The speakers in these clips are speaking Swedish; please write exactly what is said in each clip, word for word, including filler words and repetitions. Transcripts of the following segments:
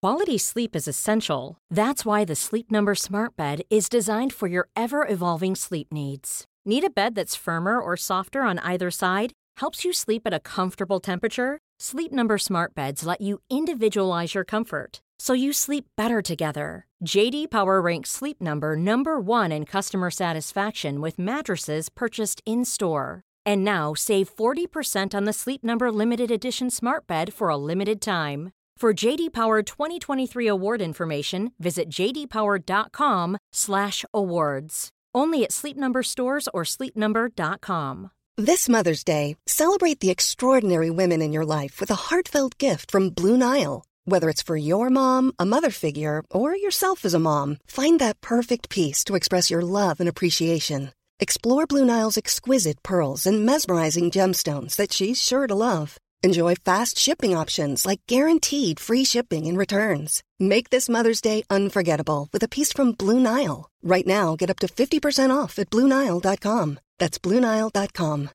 Quality sleep is essential. That's why the Sleep Number Smart Bed is designed for your ever-evolving sleep needs. Need a bed that's firmer or softer on either side? Helps you sleep at a comfortable temperature? Sleep Number Smart Beds let you individualize your comfort, so you sleep better together. J D Power ranks Sleep Number number one in customer satisfaction with mattresses purchased in-store. And now, save forty percent on the Sleep Number Limited Edition Smart Bed for a limited time. For J D Power twenty twenty-three award information, visit j d power dot com slash awards. Only at Sleep Number stores or sleep number dot com. This Mother's Day, celebrate the extraordinary women in your life with a heartfelt gift from Blue Nile. Whether it's for your mom, a mother figure, or yourself as a mom, find that perfect piece to express your love and appreciation. Explore Blue Nile's exquisite pearls and mesmerizing gemstones that she's sure to love. Enjoy fast shipping options like guaranteed free shipping and returns. Make this Mother's Day unforgettable with a piece from Blue Nile. Right now, get up to fifty percent off at blue nile dot com. That's blue nile dot com.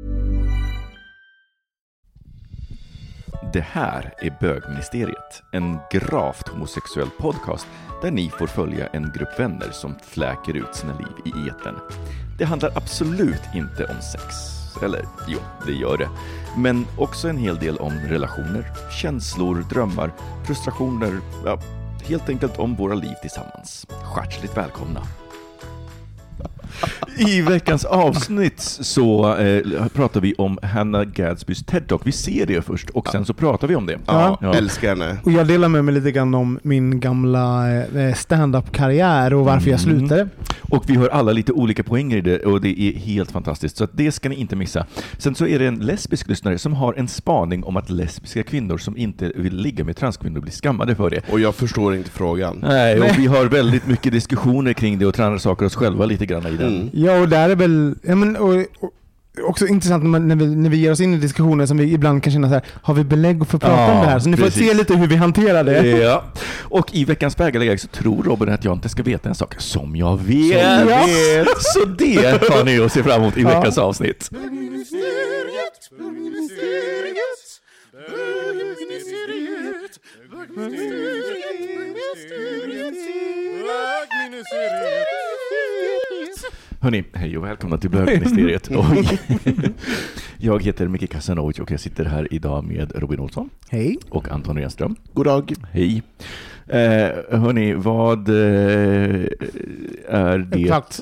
Det här är Bögministeriet, en gravt homosexuell podcast där ni får följa en grupp vänner som fläker ut sina liv i etern. Det handlar absolut inte om sex. Eller, jo, det gör det. Men också en hel del om relationer, känslor, drömmar, frustrationer. Ja, helt enkelt om våra liv tillsammans. Hjärtligt välkomna. I veckans avsnitt så eh, pratar vi om Hannah Gadsbys TED-talk. Vi ser det först och sen så pratar vi om det. Ja, ja. Älskar henne. Och jag delar med mig lite grann om min gamla eh, stand-up-karriär och varför mm. jag slutade. Och vi har alla lite olika poänger i det och det är helt fantastiskt. Så att det ska ni inte missa. Sen så är det en lesbisk lyssnare som har en spaning om att lesbiska kvinnor som inte vill ligga med transkvinnor blir skammade för det. Och jag förstår inte frågan. Nej, och vi har väldigt mycket diskussioner kring det och transaker oss själva lite grann i den. Mm. Ja, och där är väl ja, men, och, och, också intressant när, man, när, vi, när vi ger oss in i diskussioner som vi ibland kan känna så här, har vi belägg för att prata ja, om det här? Så ni får precis. se lite hur vi hanterar det. Ja. Och i veckans bägarläge så tror Robin att jag inte ska veta en sak som jag vet. Som jag vet. Så det har ni att se fram emot i veckans ja. avsnitt. Bögministeriet, bögministeriet, bögministeriet, bögministeriet, bögministeriet. Hörrni, hej och välkomna till Bögministeriet. Jag heter Micke Kasanovic och jag sitter här idag med Robin Olsson. Hej. Och Anton Renström. God dag. Hej. Eh, hörni, vad eh, är det? Plats.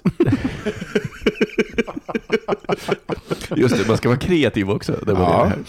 Just det, man ska vara kreativ också. Det var ja. det här.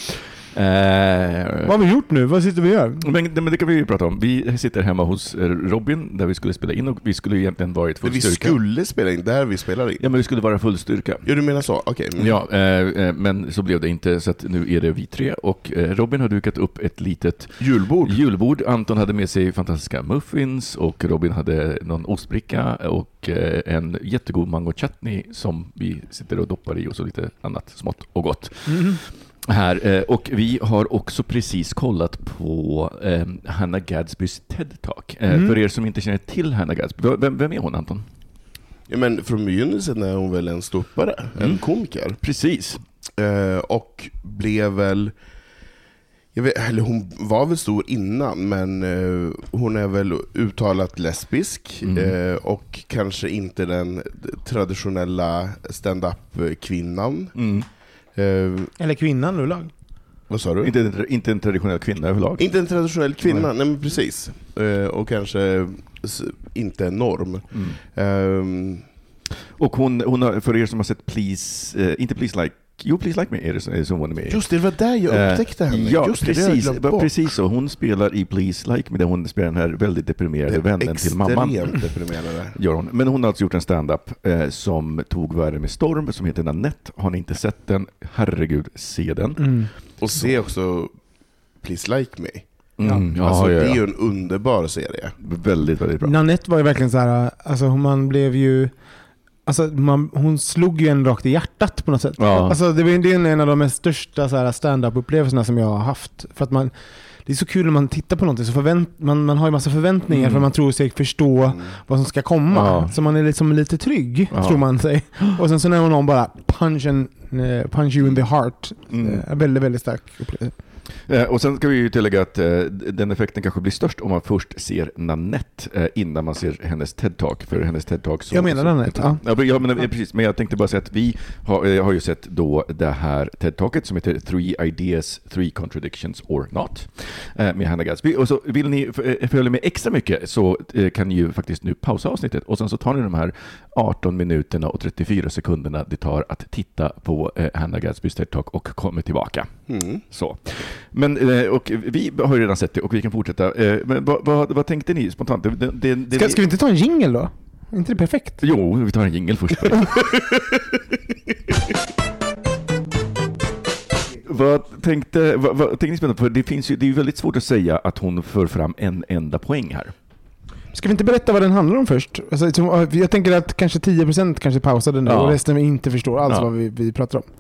Eh, Vad har vi gjort nu? Vad sitter vi och gör? Men, men det kan vi ju prata om. Vi sitter hemma hos Robin där vi skulle spela in och vi skulle egentligen varit full styrka. Vi skulle spela in där vi spelar in. Ja, men vi skulle vara full styrka. Ja, du menar så? Okej. Okay. Mm. Ja, eh, men så blev det inte så att nu är det vi tre och eh, Robin har dukat upp ett litet julbord. julbord. Anton hade med sig fantastiska muffins och Robin hade någon ostbricka och eh, en jättegod mango chutney som vi sitter och doppar i och så lite annat smått och gott. Mm. Här, och vi har också precis kollat på eh, Hannah Gadsbys TED-talk. Eh, mm. För er som inte känner till Hannah Gadsby, vem, vem är hon, Anton? Ja, men från begynnelsen är hon väl en ståuppare, mm. en komiker. Precis. Eh, och blev väl, jag vet, eller hon var väl stor innan, men eh, hon är väl uttalat lesbisk mm. eh, och kanske inte den traditionella stand-up-kvinnan. Mm. Uh, Eller kvinnan överlag. Vad sa du? Inte, inte en traditionell kvinna överlag. Inte en traditionell kvinna, nej, nej men precis. Uh, och kanske inte en norm. Mm. Um, och hon, hon har, för er som har sett Please, uh, inte Please Like, jo Please Like Me är det som hon är med. Just det, det var där jag upptäckte henne. Ja, Just precis, det, det precis så. Hon spelar i Please Like Me där hon spelar den här väldigt deprimerade vännen till mamman. Extremt deprimerade. Gör hon. Men hon har alltså gjort en stand-up eh, som tog världen med storm som heter Nanette. Har ni inte sett den? Herregud, se den. Mm. Och se också Please Like Me. Mm, ja, alltså, ja, ja. det är ju en underbar serie. Väldigt, väldigt bra. Nanette var ju verkligen så här, alltså man blev ju Alltså man, hon slog ju en rakt i hjärtat på något sätt. Ja. Alltså det är en av de mest största så här stand-up-upplevelserna som jag har haft. För att man, det är så kul när man tittar på någonting så förvänt, man, man har ju massa förväntningar mm. för man tror sig förstå mm. vad som ska komma. Ja. Så man är liksom lite trygg, ja. tror man sig. Och sen så när någon bara punch, and, uh, punch you in the heart. Mm. Uh, väldigt, väldigt stark upplevelse. Eh, och sen ska vi ju tillägga att eh, den effekten kanske blir störst om man först ser Nanette eh, innan man ser hennes TED-talk. För hennes TED-talk så, jag menar Nanette, ja. Ja, ja, men, precis, men jag tänkte bara säga att vi har, eh, har ju sett då det här TED-talket som heter Three Ideas, Three Contradictions or Not eh, med Hannah Gadsby. Och så vill ni f- följa med extra mycket så eh, kan ni ju faktiskt nu pausa avsnittet och sen så tar ni de här arton minuterna och trettiofyra sekunderna det tar att titta på eh, Hannah Gadsbys TED-talk och kommer tillbaka. Mm. Så. Men, eh, och vi har ju redan sett det och vi kan fortsätta. Eh, men vad, vad, vad tänkte ni spontant? Det, det, det, ska, ska vi inte ta en jingle då? Är inte det perfekt? Jo, vi tar en jingle först. Vad tänkte, vad, vad tänkte ni spännande på? Det finns ju, det är ju väldigt svårt att säga att hon för fram en enda poäng här. Ska vi inte berätta vad den handlar om först? Alltså, jag tänker att kanske tio procent kanske pausade nu ja. och resten inte förstår alls ja. vad vi, vi pratar om.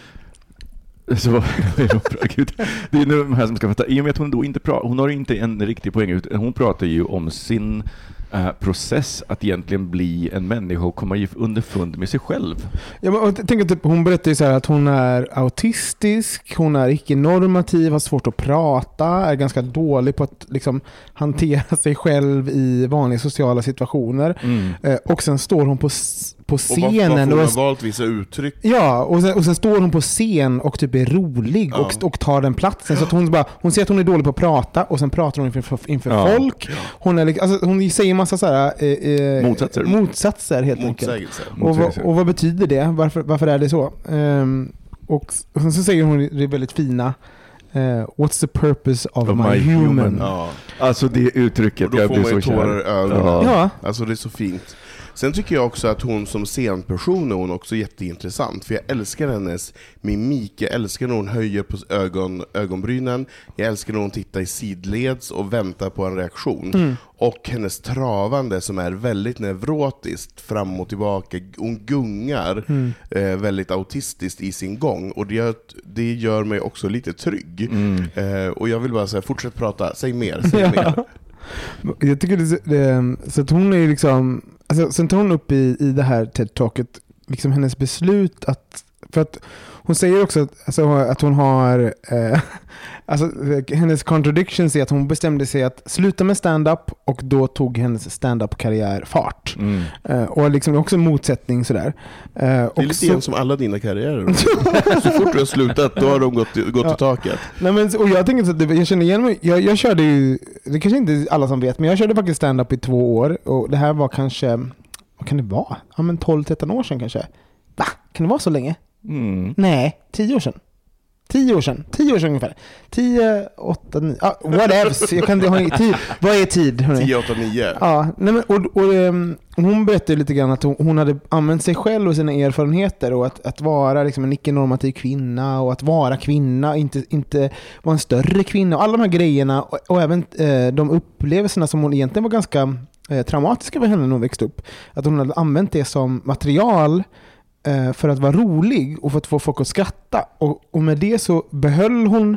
Så, Gud, det är nu de här som ska fatta. I och med att hon då inte pratar, hon har inte en riktig poäng ut. Hon pratar ju om sin uh, process att egentligen bli en människa och komma underfund med sig själv. Ja, men, jag tänker typ, hon berättar ju så här att hon är autistisk, hon är icke-normativ, har svårt att prata, är ganska dålig på att liksom hantera sig själv i vanliga sociala situationer. Mm. Uh, och sen står hon på på scenen. Och varför hon och har valt vissa uttryck. Ja, och sen, och sen står hon på scen och typ är rolig ja. och, och tar den platsen. Så att hon bara, hon säger att hon är dålig på att prata och sen pratar hon inför, inför ja. folk. Hon, är, alltså, hon säger massa så här, eh, motsatser. motsatser helt enkelt. Och, vad, och vad betyder det? Varför, varför är det så? Um, och, och sen så säger hon det väldigt fina Uh, what's the purpose of, of my, my human? human. Ja. Alltså det uttrycket. Och då jag får blir man ju så tårar i ögonen. Ja. Ja. Alltså det är så fint. Sen tycker jag också att hon som scenperson är hon också jätteintressant. För jag älskar hennes mimik. Jag älskar när hon höjer på ögon, ögonbrynen. Jag älskar när hon tittar i sidleds och väntar på en reaktion. Mm. Och hennes travande som är väldigt nevrotiskt fram och tillbaka. Hon gungar mm. eh, väldigt autistiskt i sin gång. Och det gör, det gör mig också lite trygg. Mm. Eh, och jag vill bara säga, fortsätt prata. Säg mer, säg ja. mer. Jag tycker det, det, så att hon är liksom... Alltså, sen tar hon upp i, i det här TED-talket liksom hennes beslut att... För att hon säger också att, alltså, att hon har... Eh, alltså, hennes contradictions är att hon bestämde sig att sluta med stand-up och då tog hennes stand-up-karriär fart. Mm. Eh, och liksom också en motsättning sådär. Eh, det är lite så, som alla dina karriärer. Så fort du har slutat, då har de gått, gått ja. i taket. Nej, men, och jag tänker så att jag känner igen mig. Jag, jag körde ju, det kanske inte alla som vet, men jag körde faktiskt stand-up i två år. Och det här var kanske, vad kan det vara? Ja, men tolv tretton år sedan kanske. Va? Kan det vara så länge? Mm. Nej, tio år sedan. Tio år sedan. Tio år sedan ungefär. Tio, åtta, nio. Ah, whatever. Jag kan inte ha tid. Vad är tid? Hörni? Tio, åtta, nio. Ja, nej, men, och, och, och hon berättade lite grann att hon, hon hade använt sig själv och sina erfarenheter och att, att vara liksom en icke-normativ kvinna och att vara kvinna, inte, inte vara en större kvinna och alla de här grejerna och, och även eh, de upplevelserna som hon egentligen var ganska eh, traumatiska för henne när hon växte upp. Att hon hade använt det som material för att vara rolig och för att få folk att skratta. Och, och med det så behöll hon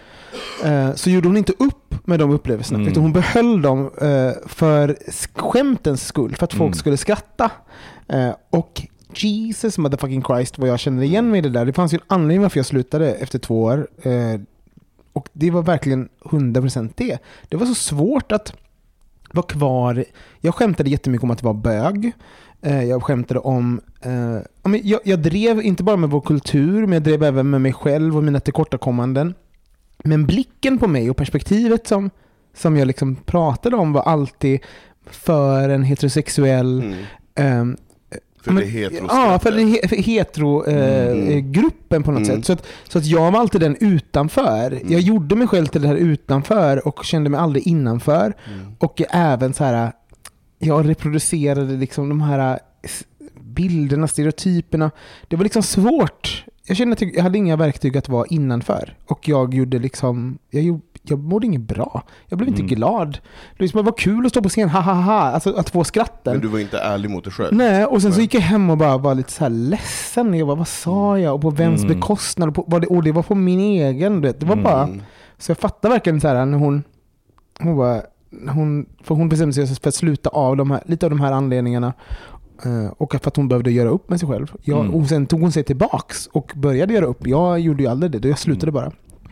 eh, så gjorde hon inte upp med de upplevelserna mm. utan hon behöll dem eh, för skämtens skull, för att folk mm. skulle skratta. Eh, och Jesus motherfucking Christ, vad jag känner igen mig i det där. Det fanns ju en anledning varför jag slutade efter två år. Eh, och det var verkligen hundra procent det. Det var så svårt att vara kvar. Jag skämtade jättemycket om att vara bög. Jag skämtade om... Eh, jag, jag drev inte bara med vår kultur, men jag drev även med mig själv och mina tillkortakommanden. Men blicken på mig och perspektivet som, som jag liksom pratade om var alltid för en heterosexuell... Mm. Eh, för men, det hetero ja, för, he, för hetero-gruppen eh, mm. på något mm. sätt. Så att, så att jag var alltid den utanför. Mm. Jag gjorde mig själv till det här utanför och kände mig aldrig innanför. Mm. Och även så här... Jag reproducerade liksom de här bilderna, stereotyperna. Det var liksom svårt. Jag kände att jag hade inga verktyg att vara innanför. Och jag gjorde liksom... Jag, gjorde, jag mådde inget bra. Jag blev inte mm. glad. Det var, liksom, var kul att stå på scen. Ha, ha, ha. Alltså att få skratten. Men du var inte ärlig mot dig själv. Nej, och sen så gick jag hem och bara var lite så här ledsen. Jag bara, vad sa jag? Och på vems mm. bekostnad? Och, på, var det, och det var på min egen. Det var mm. bara... Så jag fattar verkligen så här när hon... Hon bara... Hon, för hon bestämde sig för att sluta av de här, lite av de här anledningarna uh, och för att hon behövde göra upp med sig själv. Jag, mm. Och sen tog hon sig tillbaks och började göra upp. Jag gjorde ju aldrig det, jag slutade mm. bara.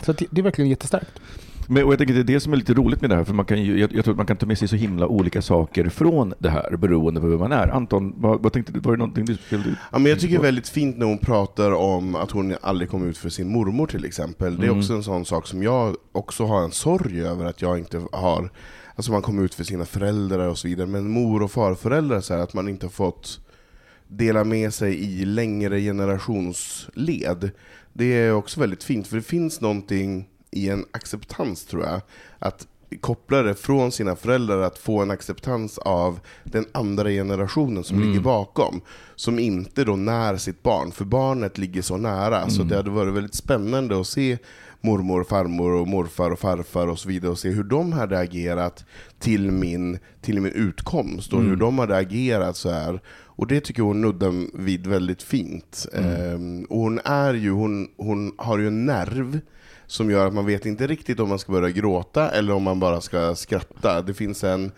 Så det, det är verkligen jättestarkt. Men, och jag tänker det är det som är lite roligt med det här, för man kan ju, jag, jag tror att man kan ta med sig så himla olika saker från det här beroende på hur man är. Anton, vad, vad tänkte du? Var det någonting du skulle... Ja, men jag tycker det är väldigt fint när hon pratar om att hon aldrig kom ut för sin mormor till exempel. Det är mm. också en sån sak som jag också har en sorg över att jag inte har. Alltså man kom ut för sina föräldrar och så vidare, men mor- och farföräldrar så här, att man inte har fått dela med sig i längre generationsled. Det är också väldigt fint, för det finns någonting i en acceptans, tror jag, att koppla det från sina föräldrar, att få en acceptans av den andra generationen som mm. ligger bakom, som inte då när sitt barn, för barnet ligger så nära. Mm. Så det hade varit väldigt spännande att se mormor, farmor och morfar och farfar och så vidare, och se hur de hade agerat till min, till min utkomst och mm. hur de hade agerat så här. Och det tycker hon nuddar vid väldigt fint. Mm. Um, och hon är ju, hon, hon har ju en nerv som gör att man vet inte riktigt om man ska börja gråta eller om man bara ska skratta. Det finns en...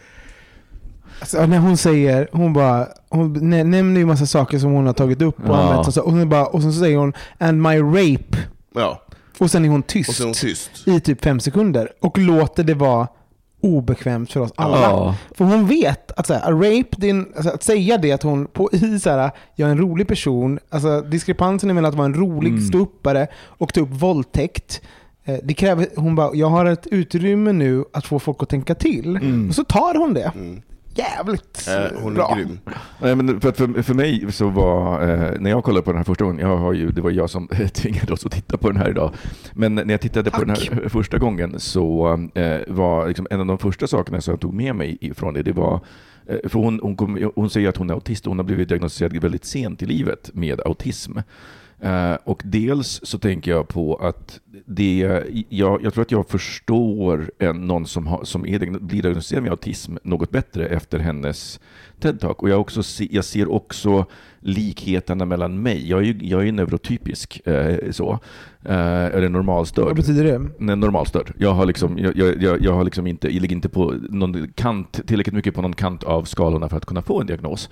Alltså, när hon säger, hon bara, hon nämner ju massa saker som hon har tagit upp och, ja. använt, och, så, och, hon bara, och så säger hon, and my rape. Ja. Och sen är hon tyst, och sen är hon tyst i typ fem sekunder och låter det vara obekvämt för oss alla. Ja. För hon vet att så här, rape, det är en, alltså, att säga det att hon på i så här, jag är en rolig person, alltså diskrepansen mellan att vara en rolig mm. ståuppare och ta upp våldtäkt, eh, det kräver, hon bara, jag har ett utrymme nu att få folk att tänka till. Mm. Och så tar hon det. Mm. Jävligt äh, hon är bra. Grym. Nej, men för, för, för mig så var, eh, när jag kollade på den här första gången, jag har ju, det var jag som tvingade oss att titta på den här idag, men när jag tittade Tack. på den här första gången så eh, var liksom en av de första sakerna som jag tog med mig ifrån det, det var, eh, för hon, hon, kom, hon säger att hon är autist och hon har blivit diagnostiserad väldigt sent i livet med autism. Uh, och dels så tänker jag på att det, jag, jag tror att jag förstår en, någon som, har, som är, blir diagnostiserad med autism något bättre efter hennes TED-talk. Och jag, också se, jag ser också likheterna mellan mig. Jag är ju, jag är ju neurotypisk uh, så. Uh, eller normalstörd. Vad betyder det? Nej, normalstörd. Jag har liksom, jag, jag, jag har liksom inte, jag ligger inte på någon kant, tillräckligt mycket på någon kant av skalorna för att kunna få en diagnos.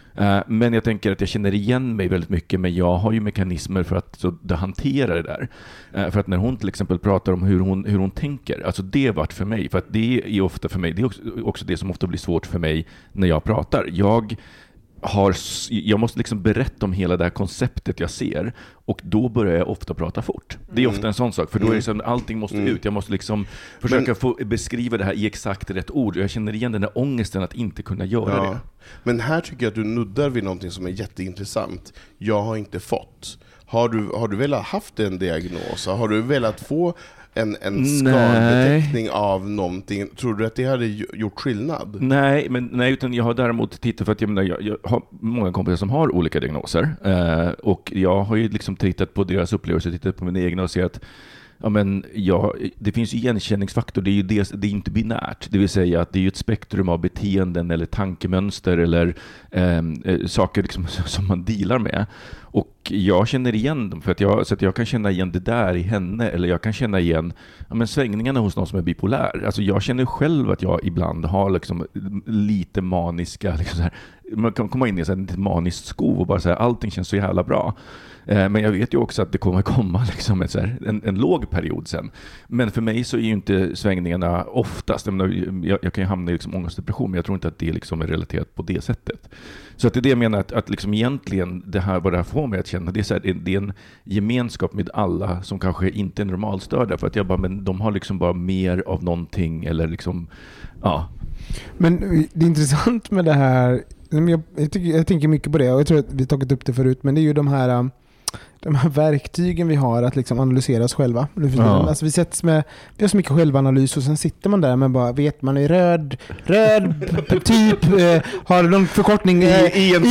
Men jag tänker att jag känner igen mig väldigt mycket, men jag har ju mekanismer för att så, hantera det där. För att när hon till exempel pratar om hur hon, hur hon tänker, alltså det vart för mig, för att det är ofta för mig, det är också, också det som ofta blir svårt för mig när jag pratar. Jag har, jag måste liksom berätta om hela det här konceptet jag ser, och då börjar jag ofta prata fort. Det är ofta en sån sak, för då är det som allting måste mm. ut. Jag måste liksom försöka men, få beskriva det här i exakt rätt ord. Jag känner igen den där ångesten att inte kunna göra ja. det. Men här tycker jag att du nuddar vid någonting som är jätteintressant. Jag har inte fått. Har du, har du velat haft en diagnos? Har du velat få en, en skalbeteckning av någonting? Tror du att det hade gjort skillnad? Nej, men nej, utan jag har däremot tittat, för att jag, menar, jag, jag har många kompisar som har olika diagnoser, eh, och jag har ju liksom tittat på deras upplevelser, tittat på mina egna och sett att ja, men ja, det finns ju igenkänningsfaktor, det är ju det, det är inte binärt, det vill säga att det är ju ett spektrum av beteenden eller tankemönster eller eh, saker liksom som man dealar med, och jag känner igen dem, för att jag, så att jag kan känna igen det där i henne, eller jag kan känna igen ja, men svängningarna hos någon som är bipolär. Alltså jag känner själv att jag ibland har liksom lite maniska liksom så här, man kan komma in i en lite maniskt skov och bara säga allting känns så jävla bra. Men jag vet ju också att det kommer komma liksom en, så här, en, en låg period sen. Men för mig så är ju inte svängningarna oftast, jag, jag kan ju hamna i liksom ångestdepression, men jag tror inte att det liksom är relaterat på det sättet. Så att det är det jag menar, att, att liksom egentligen det här, vad det här får mig att känna, det är, så här, det är en gemenskap med alla som kanske inte är normalstörda, för att jag bara, men de har liksom bara mer av någonting, eller liksom, ja. Men det är intressant med det här, jag, jag, tycker, jag tänker mycket på det, och jag tror att vi har tagit upp det förut, men det är ju de här de här verktygen vi har att liksom analysera oss själva. Ja. Alltså vi sätts med, vi har så mycket självanalys, och sen sitter man där med bara, vet man är röd, röd typ, eh, har någon förkortning eh, I N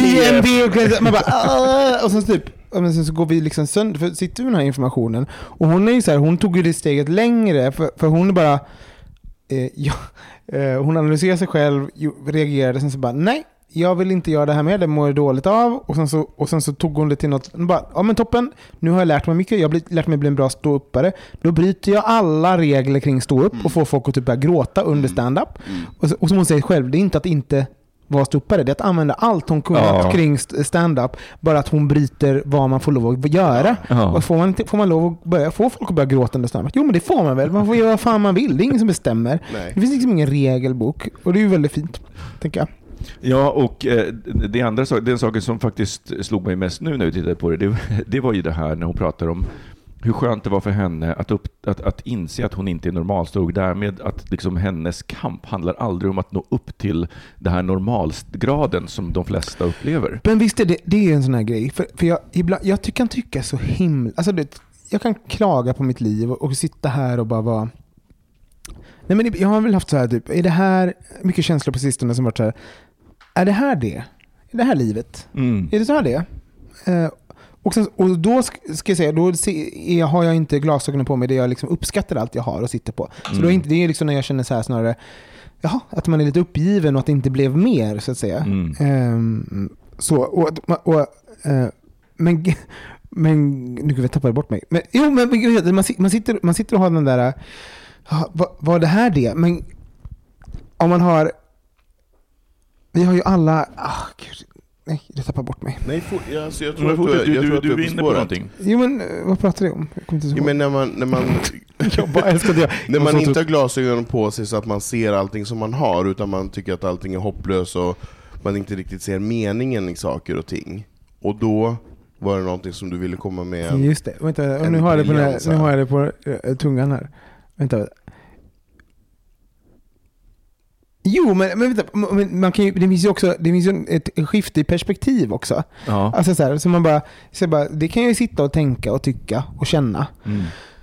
T, man bara, och sen typ, och sen så går vi liksom sönder, för sitter vi med den här informationen, och hon är ju så här, hon tog ju det steget längre, för, för hon är bara eh, ja, eh, hon analyserar sig själv, reagerade, sen så bara, nej, jag vill inte göra det här med, det mår jag dåligt av, och sen så, och sen så tog hon det till något, bara, ja men toppen, nu har jag lärt mig mycket, jag har lärt mig bli en bra ståuppare, då bryter jag alla regler kring stå upp mm. och får folk att typ börja gråta under stand-up. Mm. Och, så, och som hon säger själv, det är inte att inte vara ståuppare. Det är att använda allt hon kunnat ja. kring stand-up, bara att hon bryter vad man får lov att göra. Ja. Och får man inte, får man lov att börja, får folk att börja gråta under stand-up? Jo, men det får man väl. Man får göra vad fan man vill. Det är ingen som bestämmer. Nej. Det finns liksom ingen regelbok. Och det är ju väldigt fint, tänker jag. Ja, och eh, det andra sak, den saken som faktiskt slog mig mest nu när vi tittade på det, det, det var ju det här när hon pratar om hur skönt det var för henne att, upp, att, att inse att hon inte är normalstor. Därmed att liksom hennes kamp handlar aldrig om att nå upp till det här normalgraden som de flesta upplever. Men visst är det, det är en sån här grej. För, för jag, ibland, jag tycker kan tycka så himla... Alltså det, jag kan klaga på mitt liv och, och sitta här och bara vara... Nej, men jag har väl haft så här typ, är det här mycket känslor på sistone som varit så här, är det här det? Är det här livet? Mm. Är det så här det? Uh, och, sen, och då ska jag säga, då se, har jag inte glasögonen på mig, det jag liksom uppskattar allt jag har och sitter på. Så mm. då är inte, det är liksom när jag känner så här snarare, jaha, att man är lite uppgiven och att det inte blev mer, så att säga. Mm. Um, så, och, och, uh, men, men nu kan jag tappa bort mig. Men, jo, men man, man, sitter, man sitter och har den där, uh, var, var det här det? Men om man har, vi har ju alla, ah, gud, nej, det tappar bort mig. Nej, for, alltså, jag tror att du, jag du, tror att du, du är inne på någonting. Jo, men vad pratar du om? Jag kommer inte ihåg. Jo, men när man, när man, jag bara älskar det. När man inte har glasögon på sig så att man ser allting som man har, utan man tycker att allting är hopplöst och man inte riktigt ser meningen i saker och ting. Och då var det någonting som du ville komma med. Just det. Vänta, nu har jag det på, här, nu har jag det på uh, tungan här. Vänta. Jo, men, men, men man kan ju, det finns ju också, det finns ju ett skifte i perspektiv också. Ja. Alltså så här, så man bara, så bara, det kan jag ju sitta och tänka och tycka och känna. Mm.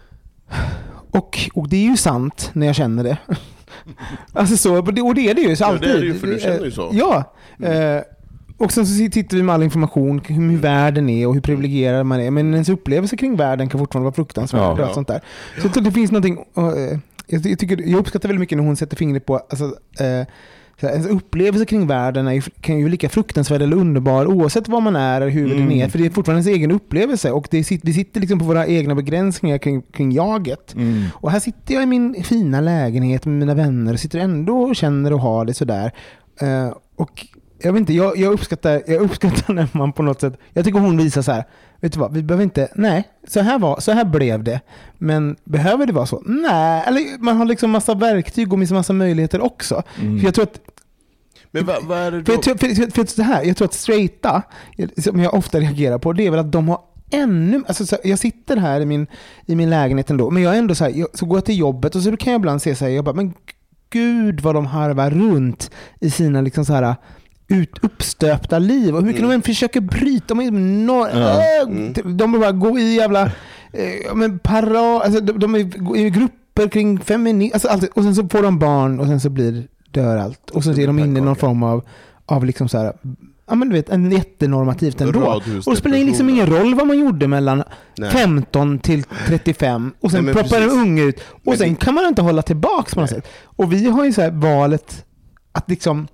Och, och det är ju sant när jag känner det. Alltså så, och det är det ju så alltid. Ja, det är det ju, för du känner ju så. Ja. Mm. Eh, och sen så tittar vi med all information hur, hur världen är och hur privilegierad man är. Men ens upplevelse kring världen kan fortfarande vara fruktansvärd. Ja. Och sånt där. Så jag tror det finns någonting... Uh, Jag, jag, tycker, jag uppskattar väldigt mycket när hon sätter fingret på alltså, eh, en upplevelse kring världen är, kan ju lika fruktansvärd eller underbar oavsett vad man är eller hur mm. den är, för det är fortfarande ens egen upplevelse och det, vi sitter liksom på våra egna begränsningar kring, kring jaget mm. och här sitter jag i min fina lägenhet med mina vänner och sitter ändå och känner och har det sådär eh, och jag vet inte, jag, jag, uppskattar, jag uppskattar när man på något sätt, jag tycker hon visar så här, vet du vad, vi behöver inte, nej, så här var, så här blev det. Men behöver det vara så? Nej, eller man har liksom massa verktyg och massa möjligheter också. Mm. För jag tror att men vad, vad är det då? För, jag, för, för, för så här, jag tror att straighta, som jag ofta reagerar på, det är väl att de har ännu, alltså så, jag sitter här i min, i min lägenhet ändå, men jag är ändå så här, jag, så går jag till jobbet och så kan jag ibland se så här, jag bara, men gud vad de harvar runt i sina liksom så här ut, uppstöpta liv och hur mycket mm. de försöker bryta de, no, ja. mm. de bara går i jävla eh, men para, alltså de, de är i grupper kring feminism alltså, allt, och sen så får de barn och sen så blir dör allt och så är de inne i någon form av, av liksom så här, ja men du vet, en jättenormativt ändå. Och det spelar liksom ingen roll vad man gjorde mellan Nej. femton till trettiofem och sen proppar en unge ut och men sen det... kan man inte hålla tillbaks på något sätt. Och vi har ju så här valet att liksom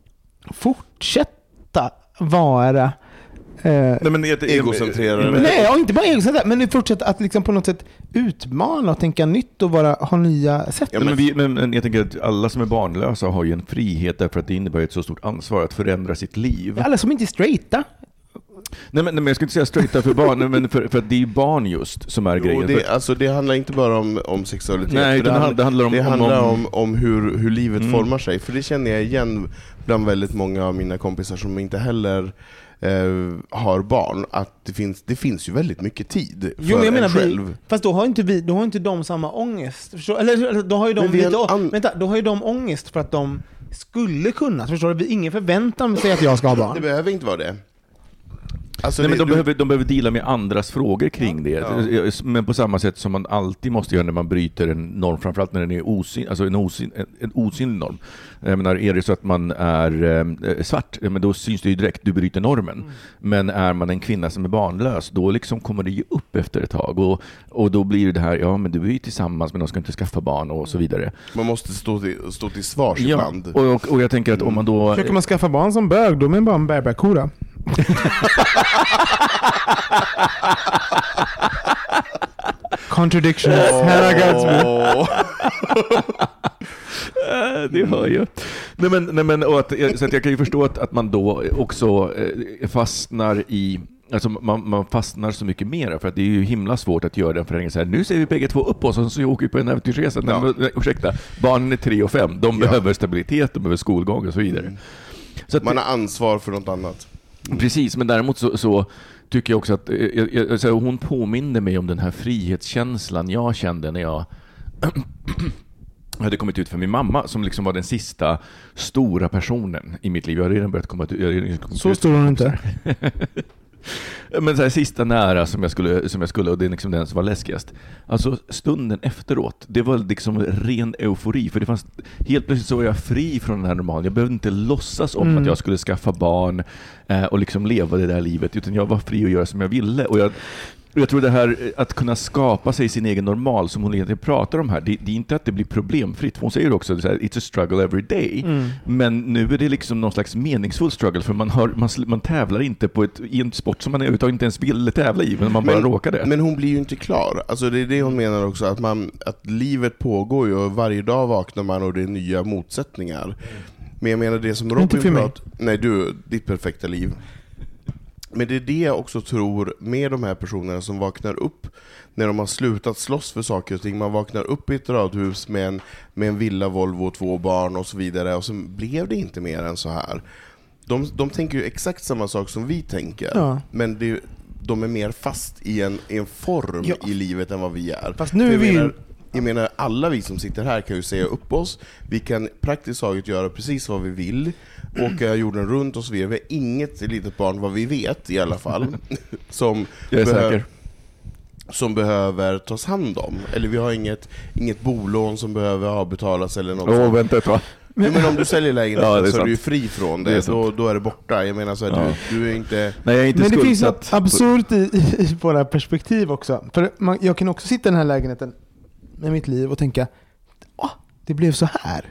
fortsätta vara eh, nej, men egocentrerade. Nej, ja, inte bara egocentrerade, men fortsätta att liksom på något sätt utmana och tänka nytt och vara, ha nya sätt. Ja, men, vi, men jag tänker att alla som är barnlösa har ju en frihet därför att det innebär ett så stort ansvar att förändra sitt liv. Alla som inte är straighta. Nej, men, men jag ska inte säga straighta för barn, men för, för att det är barn just som är jo, grejen. Det, alltså, det handlar inte bara om, om sexualitet. Nej, det, hand, det handlar om, det om, handlar om, om, om hur, hur livet mm. formar sig. För det känner jag igen bland väldigt många av mina kompisar som inte heller eh, har barn. Att det finns, det finns ju väldigt mycket tid för jo, men jag menar, själv. Vi, fast då har inte vi, då har inte de samma ångest. Förstår, eller då har ju de lite, an... vänta, då har ju de ångest för att de skulle kunna. Förstår du? Ingen förväntar sig att jag ska ha barn. Det behöver inte vara det. Alltså Nej, det, men de, du... behöver, de behöver dela med andras frågor kring det. Ja. Men på samma sätt som man alltid måste göra när man bryter en norm, framförallt när den är osyn, alltså en, osyn, en, en osynlig norm. Jag menar, är det så att man är eh, svart, men då syns det ju direkt, du bryter normen. Mm. Men är man en kvinna som är barnlös, då liksom kommer det ju upp efter ett tag. Och, och då blir det här, ja men du är ju tillsammans men de ska inte skaffa barn och så vidare. Man måste stå till, stå till svars ja. ibland. Och, och, och jag tänker att om man då... Försöker man skaffa barn som bög, då är man bara en bärbärkora. Contradictions. Oh. Det hör ju. Nej, men, nej, men, och att, så att jag kan ju förstå att, att man då också eh, fastnar i... Alltså man, man fastnar så mycket mer för att det är ju himla svårt att göra den förändringen så här. Nu ser vi bägge två upp oss och så åker vi på en äventyrsresa. Ja. Nej, nej, ursäkta, barnen är tre och fem. De ja. behöver stabilitet, de behöver skolgång och så vidare. Mm. Så att, man har ansvar för något annat. Mm. Precis, men däremot så, så tycker jag också att jag, jag, alltså hon påminner mig om den här frihetskänslan jag kände när jag hade kommit ut för min mamma som liksom var den sista stora personen i mitt liv. Jag har redan börjat komma ut. Så stor hon inte. Men så här, sista nära som jag skulle som jag skulle och det är liksom den som var läskigast. Alltså stunden efteråt, det var liksom ren eufori för det fanns helt plötsligt så var jag fri från den här normalen. Jag behövde inte låtsas om mm. att jag skulle skaffa barn eh, och liksom leva det där livet utan jag var fri att göra som jag ville och jag Jag tror det här att kunna skapa sig sin egen normal som hon egentligen pratar om här, det, det är inte att det blir problemfritt. Hon säger också så här, it's a struggle every day. Mm. Men nu är det liksom någon slags meningsfull struggle för man, har, man, man tävlar inte på ett, i en sport som man överhuvudtaget inte ens ville tävla i, men man bara men, råkar det. Men hon blir ju inte klar. Alltså det är det hon menar också, att, man, att livet pågår ju och varje dag vaknar man och det är nya motsättningar. Mm. Men jag menar det som Robin pratar... Nej, du, ditt perfekta liv. Men det är det jag också tror med de här personerna som vaknar upp när de har slutat slåss för saker och ting. Man vaknar upp i ett radhus med en, med en villa, Volvo och två barn och så vidare och så blev det inte mer än så här. De, de tänker ju exakt samma sak som vi tänker, ja. Men det, de är mer fast i en, i en form ja. i livet än vad vi är. Fast nu är vi... Menar, jag menar, alla vi som sitter här kan ju säga upp oss. Vi kan praktiskt taget göra precis vad vi vill. Åka jorden runt och så vidare. Vi har inget litet barn, vad vi vet i alla fall, som, behöver, som behöver tas hand om. Eller vi har inget, inget bolån som behöver avbetalas eller något. Åh, oh, vänta ett va? Men, men om du säljer lägenheten ja, så sant. Är du fri från det, det då, då är det borta. Jag menar så här, ja. du, du är inte... Nej, jag är inte men det skuldsatt. finns något absurt i, i, i våra perspektiv också. För man, jag kan också sitta i den här lägenheten med mitt liv och tänka, åh, det blev så här.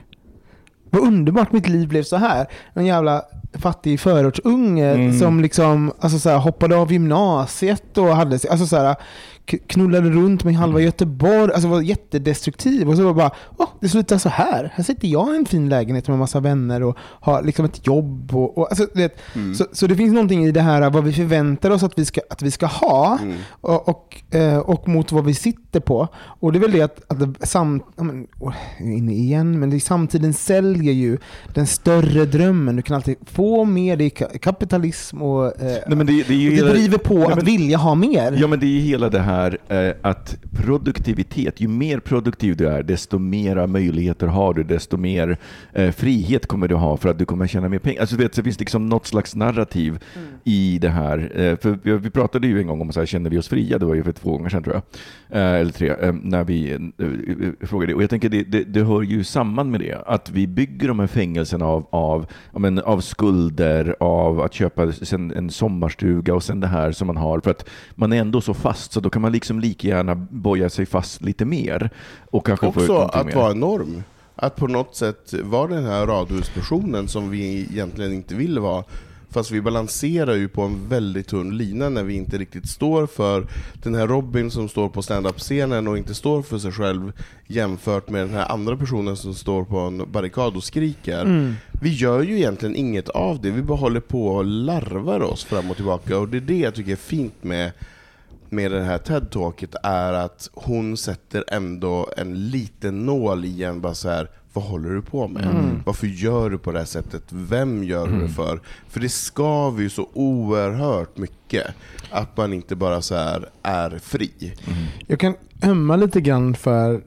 Vad underbart mitt liv blev så här. En jävla fattig förortsunge mm. som liksom alltså så här, hoppade av gymnasiet och hade alltså så här, knullade runt med halva Göteborg, alltså var jättedestruktiv och så var bara, åh, det slutar så här. Här sitter jag i en fin lägenhet med massa vänner och har liksom ett jobb och, och alltså det, mm. så, så det finns någonting i det här vad vi förväntar oss att vi ska att vi ska ha mm. och, och och mot vad vi sitter på. Och det är väl det att, att sam, men, inne igen, men det är samtiden säljer ju den större drömmen. Du kan alltid få mer, det är kapitalism och, eh, nej, men det, det, är ju och det hela, driver på nej, att men, vilja ha mer. Ja, men det är ju hela det här eh, att produktivitet, ju mer produktiv du är, desto mera möjligheter har du, desto mer eh, frihet kommer du ha för att du kommer tjäna mer pengar. Alltså vet, så finns det liksom något slags narrativ mm. i det här. Eh, för vi, vi pratade ju en gång om så här, känner vi oss fria? Det var ju för två gånger sedan tror jag. Eh, eller tre, eh, när vi eh, frågade. Och jag tänker det, det, det hör ju samman med det. Att vi bygger de här fängelserna av, av, men, av skulder, av att köpa sen en sommarstuga och sen det här som man har. För att man är ändå så fast så då kan man liksom lika gärna boja sig fast lite mer. Och kanske också få att mer. Vara norm. Att på något sätt vara den här radhuspersonen som vi egentligen inte vill vara. Fast vi balanserar ju på en väldigt tunn lina när vi inte riktigt står för den här Robin som står på stand-up-scenen och inte står för sig själv jämfört med den här andra personen som står på en barrikad och skriker. Mm. Vi gör ju egentligen inget av det. Vi bara håller på och larvar oss fram och tillbaka. Och det är det jag tycker är fint med, med det här TED-talket är att hon sätter ändå en liten nål i en bara så här. Vad håller du på med? Mm. Varför gör du på det här sättet? Vem gör mm. du det för? För det skaver ju så oerhört mycket att man inte bara så här är fri. Mm. Jag kan ömma lite grann för,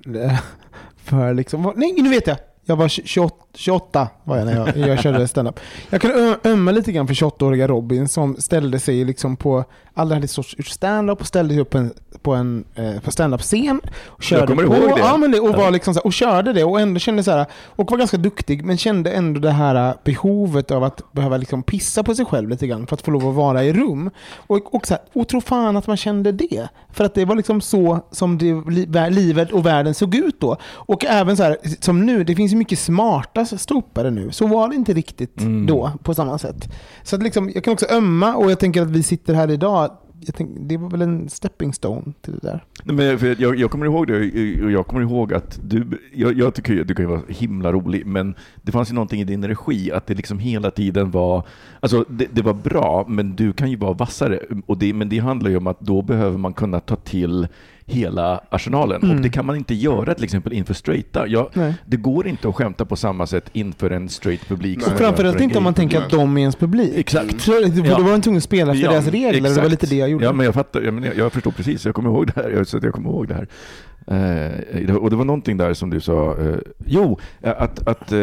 för liksom, nej nu vet jag. Jag var tjugoåtta var jag när jag, jag körde stand-up. Jag kan ömma lite grann för tjugoåtta-åriga Robin som ställde sig liksom på, alla hade sorts stand-up och ställde sig upp på en, på en eh, på stand-up-scen och körde på, ihåg det. Ja, men det, och, var liksom så här, och körde det och ändå kände så här, och var ganska duktig men kände ändå det här behovet av att behöva liksom pissa på sig själv lite grann för att få lov att vara i rum och, och så här, och tro fan att man kände det för att det var liksom så som det, livet och världen såg ut då och även så här, som nu, det finns ju mycket smarta ståuppare nu, så var det inte riktigt mm. då på samma sätt. Så att liksom, jag kan också ömma och jag tänker att vi sitter här idag jag tänkte, det var väl en stepping stone till det där. Nej, men för jag, jag kommer ihåg det, och jag kommer ihåg att du, jag, jag tycker att du kan vara himla rolig, men det fanns ju någonting i din regi att det liksom hela tiden var, alltså det, det var bra, men du kan ju vara vassare, och det, men det handlar ju om att då behöver man kunna ta till hela arsenalen. Mm. Och det kan man inte göra till exempel inför straighta. Jag, det går inte att skämta på samma sätt inför en straight publik. Och framförallt inte om man tänker att de är ens publik. Exakt. Mm. För ja. Då var en tvungen att spela efter ja, deras regler. Exakt. Det var lite det jag gjorde. Ja, men jag fattar. Jag, men jag, jag förstår precis. Jag kommer ihåg det här. Jag, så jag kommer ihåg det här. Eh, och det var någonting där som du sa. Eh, jo, att, att eh,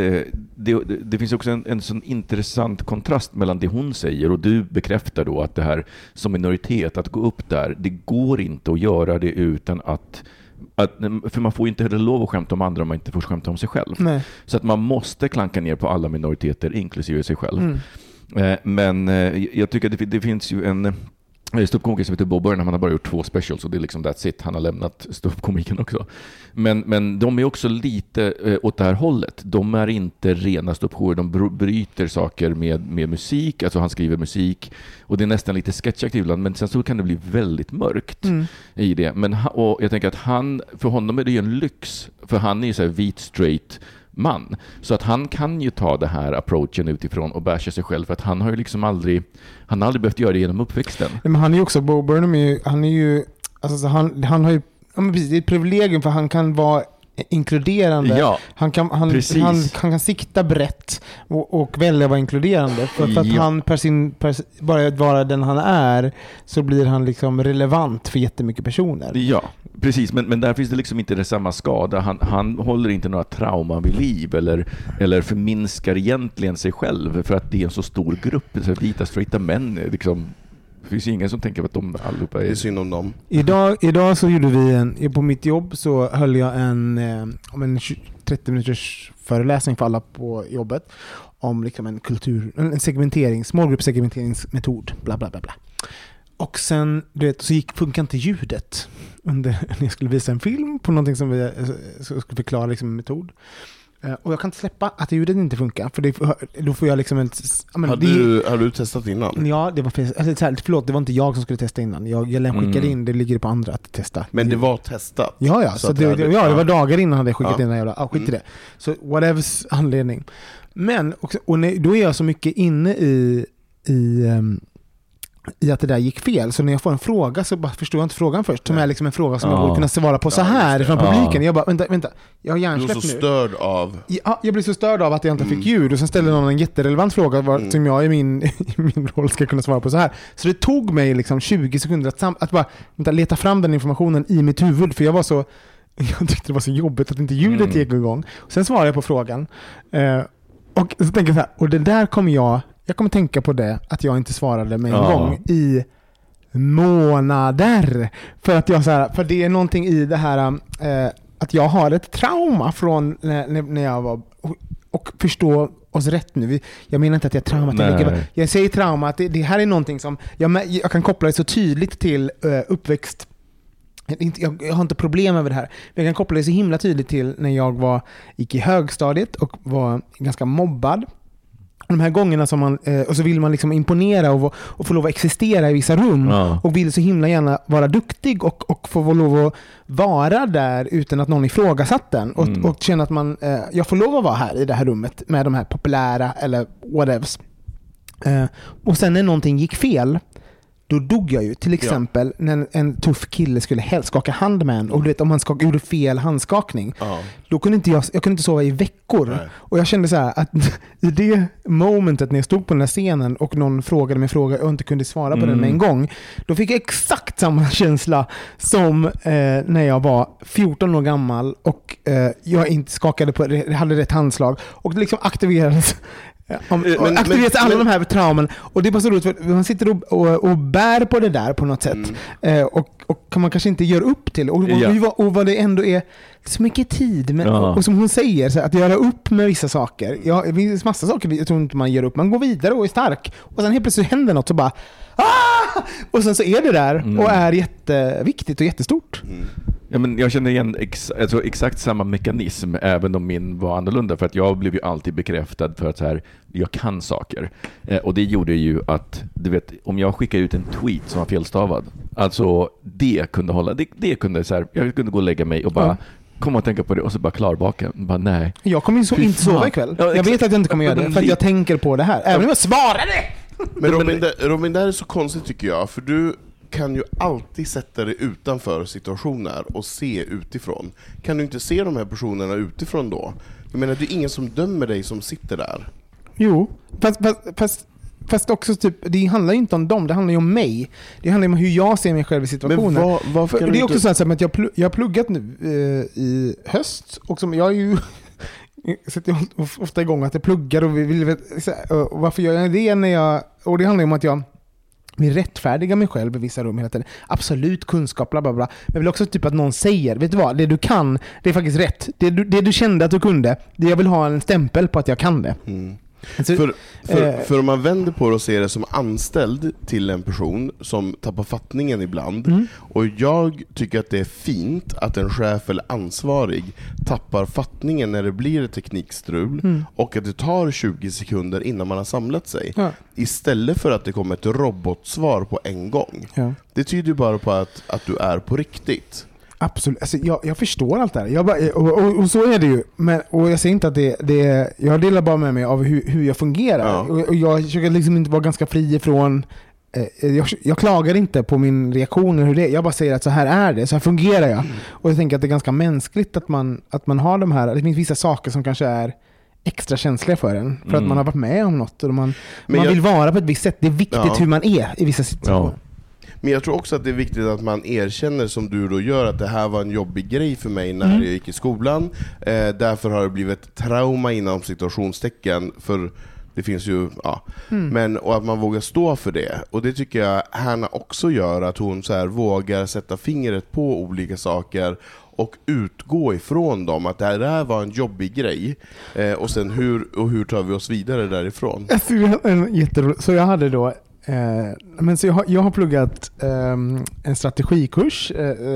det, det finns också en, en sån intressant kontrast mellan det hon säger och du bekräftar då att det här som minoritet, att gå upp där, det går inte att göra det utan att Att, för man får inte heller lov att skämta om andra om man inte får skämta om sig själv. Nej. Så att man måste klanka ner på alla minoriteter, inklusive sig själv. Mm. Eh, men eh, jag tycker att det, det finns ju en ståuppkomiker som heter Bob Burnham, han har bara gjort två specials och det är liksom that's it, han har lämnat ståuppkomiken också. Men, men de är också lite eh, åt det här hållet. De är inte rena ståuppkomiker, de bryter saker med, med musik, alltså han skriver musik och det är nästan lite sketchaktigt ibland, men sen så kan det bli väldigt mörkt mm. i det. Men, och jag tänker att han, för honom är det ju en lyx, för han är ju så här vit straight man. Så att han kan ju ta det här approachen utifrån och basha sig själv, för att han har ju liksom aldrig han har aldrig behövt göra det genom uppväxten. Men han är ju också, Bo Burnham är ju, han är ju alltså han, han har ju ja, men precis, det är ett privilegium för han kan vara inkluderande. Ja, han, kan, han, han, han kan sikta brett och, och välja vara inkluderande. För, för att ja. han per sin, per, bara att vara den han är, så blir han liksom relevant för jättemycket personer. Ja, precis. Men, men där finns det liksom inte det samma skada. Han, han håller inte några trauman vid liv eller, eller förminskar egentligen sig själv för att det är en så stor grupp. Så vita, straighta män liksom. Det finns ingen som tänker att de allihopa är... Det är synd om dem. Idag, idag så gjorde vi en... På mitt jobb så höll jag en, om en trettio minuters föreläsning för alla på jobbet om liksom en kultur... En segmenterings... Målgruppssegmenteringsmetod. Bla bla bla bla. Och sen, du vet, så gick, funkar inte ljudet under, när jag skulle visa en film på någonting som vi så skulle förklara liksom en metod. Och jag kan inte släppa att ljudet inte funkar, för det, då får jag liksom en... Men, har, du, har du testat innan? Ja, det var alltså, förlåt, det var inte jag som skulle testa innan. Jag, jag skickade mm. in, det ligger på andra att testa. Men det var testat? Ja, ja. Så, så det, det, ja, det var dagar innan hade jag skickat ja. in den jävla... Ja, skit i det. Så whatevers anledning. Men, och, och när, då är jag så mycket inne i... i um, i att det där gick fel. Så när jag får en fråga så bara förstår jag inte frågan först. Som är liksom en fråga som ja. jag borde kunna svara på så här ja, från publiken. Ja. Jag bara, vänta, vänta. Jag har hjärnsläpp nu. Du är så störd av... Ja, jag blir så störd av att jag inte mm. fick ljud. Och sen ställer någon en jätterelevant fråga var, mm. som jag i min, i min roll ska kunna svara på så här. Så det tog mig liksom tjugo sekunder att, sam- att bara vänta, leta fram den informationen i mitt huvud. För jag var så... Jag tyckte det var så jobbigt att inte ljudet mm. gick igång. Och sen svarade jag på frågan. Uh, och så tänker jag så här, och det där kommer jag... Jag kommer tänka på det, att jag inte svarade med en ja. gång i månader. För att jag så här, för det är någonting i det här eh, att jag har ett trauma från när, när jag var, och förstå oss rätt nu. Jag menar inte att jag trauma. Jag, jag säger trauma, att det, det här är någonting som jag, jag kan koppla det så tydligt till uh, uppväxt. Jag, jag har inte problem med det här. Men jag kan koppla det så himla tydligt till när jag var, gick i högstadiet och var ganska mobbad. De här gångerna som man, eh, och så vill man liksom imponera och, och få lov att existera i vissa rum ja. och vill så himla gärna vara duktig och, och få lov att vara där utan att någon ifrågasatt den och, mm. och känna att man, eh, jag får lov att vara här i det här rummet med de här populära eller whatevers. Eh, och sen när någonting gick fel, då dog jag ju. Till exempel ja. när en, en tuff kille skulle helst skaka hand med en. Och du vet, om han skak, gjorde fel handskakning. Ja. Då kunde inte jag, jag kunde inte sova i veckor. Nej. Och jag kände så här att i det momentet när jag stod på den här scenen och någon frågade mig fråga och inte kunde svara på mm. den med en gång. Då fick jag exakt samma känsla som eh, när jag var fjorton år gammal och eh, jag inte skakade på, jag hade rätt handslag. Och det liksom aktiverades... Om, men, aktiveras men, alla men, de här trauman. Och det är bara så roligt för man sitter och, och, och bär på det där på något sätt mm. eh, och, och kan man kanske inte göra upp till och, och, ja. och, och vad det ändå är så mycket tid med, ja. och, och som hon säger så att göra upp med vissa saker. Ja, det finns massa saker jag tror inte man gör upp. Man går vidare och är stark och sen helt plötsligt händer något så bara ah! och sen så är det där mm. och är jätteviktigt och jättestort. Mm. Ja, men jag känner igen ex, alltså exakt samma mekanism, även om min var annorlunda, för att jag blev ju alltid bekräftad för att så här, jag kan saker. Eh, och det gjorde ju att, du vet, om jag skickade ut en tweet som var felstavad, alltså det kunde hålla, det, det kunde så här, jag kunde gå och lägga mig och bara... Ja. Komma att tänka på det och så bara klarvaka. Bara nej. Jag kommer så inte sova ikväll. Ja, jag vet att jag inte kommer göra det, för att jag tänker på det här. Även om jag svarar det! Men Robin, det, Robin, det här är så konstigt tycker jag. För du kan ju alltid sätta dig utanför situationer och se utifrån. Kan du inte se de här personerna utifrån då? Jag menar, det är ingen som dömer dig som sitter där. Jo, fast... fast, fast Fast också typ, det handlar inte om dem, det handlar ju om mig. Det handlar ju om hur jag ser mig själv i situationen. Men vad, vad det är inte... också så här, så att jag, plugg, jag har pluggat nu eh, i höst. Och som jag är ju sätter ofta igång att jag pluggar och vill, och varför gör jag det när jag... Och det handlar ju om att jag vill rättfärdiga mig själv i vissa rum hela tiden. Absolut kunskap, bla bla bla. Men jag vill också typ att någon säger, vet du vad, det du kan, det är faktiskt rätt. Det du, det du kände att du kunde, det jag vill ha en stämpel på att jag kan det. Mm. Alltså, för, för, eh, för om man vänder på det och ser det som anställd till en person som tappar fattningen ibland, mm. och jag tycker att det är fint att en chef eller ansvarig tappar fattningen när det blir ett teknikstrul, mm. och att det tar tjugo sekunder innan man har samlat sig, ja. Istället för att det kommer ett robotsvar på en gång. Ja. Det tyder ju bara på att, att du är på riktigt. Absolut. Alltså, jag, jag förstår allt det här. Jag bara, och, och, och så är det ju. Men, och jag säger inte att det, det jag delar bara med mig av hur, hur jag fungerar. Ja. Och, och jag försöker liksom inte vara ganska fri ifrån... Eh, jag, jag klagar inte på min reaktion. Hur det, jag bara säger att så här är det. Så här fungerar jag. Mm. Och jag tänker att det är ganska mänskligt att man, att man har de här... Det finns vissa saker som kanske är extra känsliga för en. För mm. att man har varit med om något. Och man, man jag, vill vara på ett visst sätt. Det är viktigt ja. hur man är i vissa situationer. Ja. Men jag tror också att det är viktigt att man erkänner, som du då gör, att det här var en jobbig grej för mig när mm. jag gick i skolan. Eh, därför har det blivit trauma inom situationstecken, för det finns ju, ja. Mm. Men, och att man vågar stå för det. Och det tycker jag Hanna också gör, att hon så här vågar sätta fingret på olika saker och utgå ifrån dem, att det här, det här var en jobbig grej. Eh, och sen hur, och hur tar vi oss vidare därifrån? Alltså, en jätterolig, så jag hade då Eh, men så jag, har, jag har pluggat eh, en strategikurs,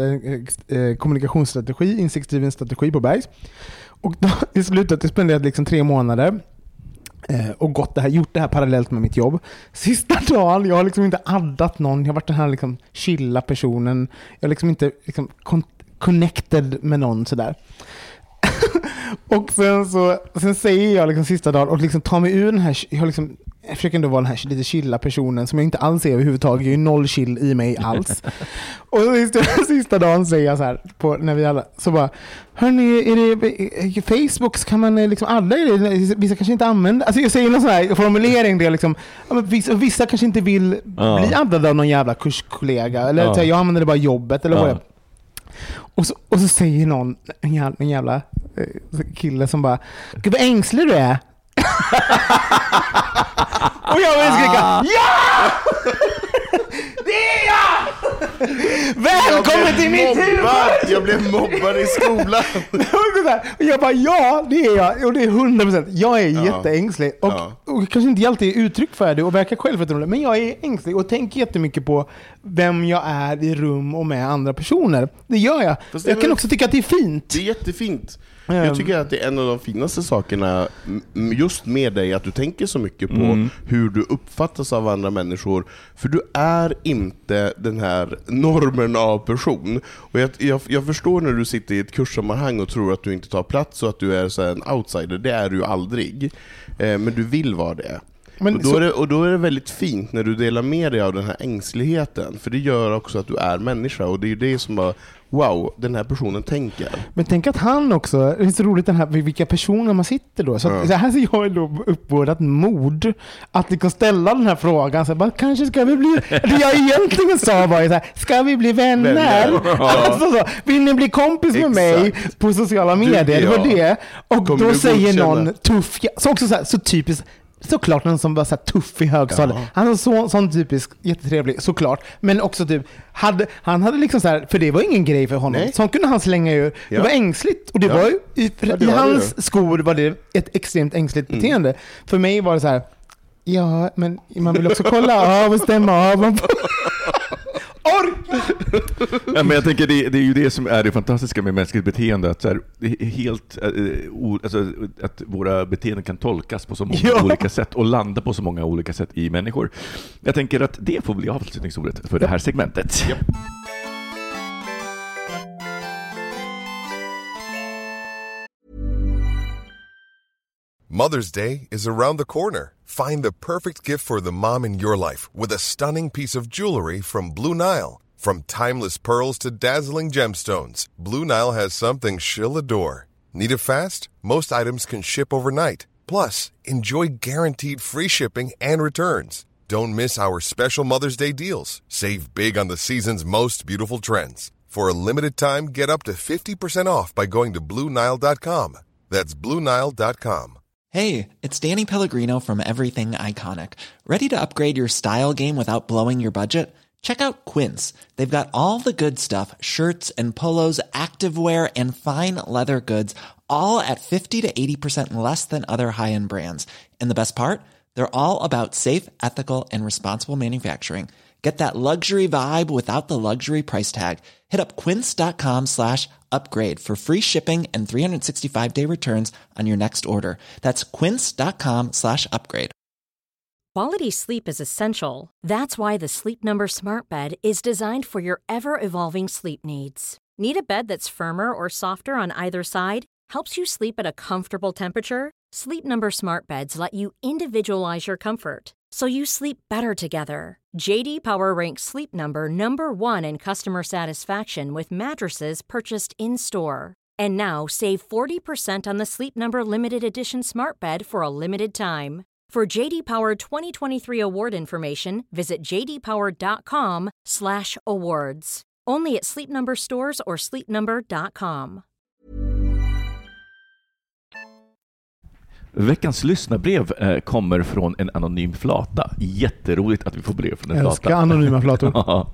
eh, eh, kommunikationsstrategi, insiktsdriven strategi på Bergs. Och då, i slutet jag spenderat liksom tre månader eh, och gått det här, gjort det här parallellt med mitt jobb. Sista dagen, jag har liksom inte addat någon, jag har varit den här liksom chilla personen, jag har liksom inte liksom con- connected med någon sådär. Och sen så sen säger jag liksom sista dagen och liksom tar mig ur den här, jag har liksom jag försöker ändå vara den här lite chilla personen som jag inte alls är överhuvudtaget. Jag är ju noll chill i mig alls. Och sista, sista dagen säger jag så här, på, när vi alla, så bara, hörni, är det Facebook, kan man liksom alla är det, vissa kanske inte använder, alltså jag säger någon sån här formulering där liksom, vissa, vissa kanske inte vill ja. bli addade av någon jävla kurskollega, eller ja. jag använder det bara jobbet, eller ja. vad jag. Och så, och så säger någon, en jävla, en jävla kille som bara, gud vad ängslig du är. Och jag vill skrika ah. ja! Det är jag! Välkommen till mitt huvud! Jag blev mobbad i skolan. Och jag bara, ja, det är jag. Och det är hundra procent. Jag är ja. jätteängslig. Och, ja. och kanske inte alltid är uttryck för det och verkar självförtroende. Men jag är ängslig och tänker jättemycket på vem jag är i rum och med andra personer. Det gör jag. Det jag kan också tycka att det är fint. Det är jättefint. Jag tycker att det är en av de finaste sakerna just med dig, att du tänker så mycket på mm. hur du uppfattas av andra människor. För du är inte den här normen av person. Och jag, jag, jag förstår när du sitter i ett kurssammanhang och tror att du inte tar plats och att du är så här en outsider. Det är du ju aldrig. Eh, men du vill vara det. Men och, då så... är det, och då är det väldigt fint när du delar med dig av den här ängsligheten. För det gör också att du är människa. Och det är ju det som bara, wow, den här personen tänker. Men tänk att han också, det är så roligt den här, vilka personer man sitter då. Så, att, så här ser jag då uppbådat mod att liksom ställa den här frågan. Så bara, kanske ska vi bli, det jag egentligen sa var ju så här, ska vi bli vänner? vänner. Ja. Alltså så, vill ni bli kompis med Exakt. mig på sociala medier? Du, ja. Det var det. Och Kommer då säger någon tuff, så också så, här, så typiskt, såklart någon som var så här tuff i högstadiet. Ja. Han var så, sån typisk, jättetrevlig, såklart. Men också typ, hade, han hade liksom så här, för det var ingen grej för honom. Nej. Så kunde han slänga ur. Ja. Det var ängsligt. Och det ja. var ju, i, ja, det i var hans det. skor var det ett extremt ängsligt mm. beteende. För mig var det så här, ja, men man vill också kolla av och stämma av. orkar! Ja, men jag tänker det, det är ju det som är det fantastiska med mänskligt beteende, att så här, det är helt äh, o, alltså, att våra beteenden kan tolkas på så många ja. olika sätt och landa på så många olika sätt i människor. Jag tänker att det får bli avslutningsordet för ja. det här segmentet. Ja. Mother's Day is around the corner. Find the perfect gift for the mom in your life with a stunning piece of jewelry from Blue Nile. From timeless pearls to dazzling gemstones, Blue Nile has something she'll adore. Need it fast? Most items can ship overnight. Plus, enjoy guaranteed free shipping and returns. Don't miss our special Mother's Day deals. Save big on the season's most beautiful trends. For a limited time, get up to fifty percent off by going to Blue Nile dot com. That's Blue Nile dot com. Hey, it's Danny Pellegrino from Everything Iconic. Ready to upgrade your style game without blowing your budget? Check out Quince. They've got all the good stuff, shirts and polos, activewear, and fine leather goods, all at fifty to eighty percent less than other high-end brands. And the best part? They're all about safe, ethical, and responsible manufacturing. Get that luxury vibe without the luxury price tag. Hit up quince.com slash upgrade for free shipping and three sixty-five day returns on your next order. That's quince.com slash upgrade. Quality sleep is essential. That's why the Sleep Number Smart Bed is designed for your ever-evolving sleep needs. Need a bed that's firmer or softer on either side? Helps you sleep at a comfortable temperature? Sleep Number Smart Beds let you individualize your comfort, so you sleep better together. J D Power ranks Sleep Number number one in customer satisfaction with mattresses purchased in-store. And now save forty percent on the Sleep Number Limited Edition Smart Bed for a limited time. For J D Power twenty twenty-three award information, visit j d power dot com slash awards. Only at Sleep Number stores or sleep number dot com. Veckans lyssnarbrev eh, kommer från en anonym flata. Jätteroligt att vi får brev från en flata. Älskar anonyma flator.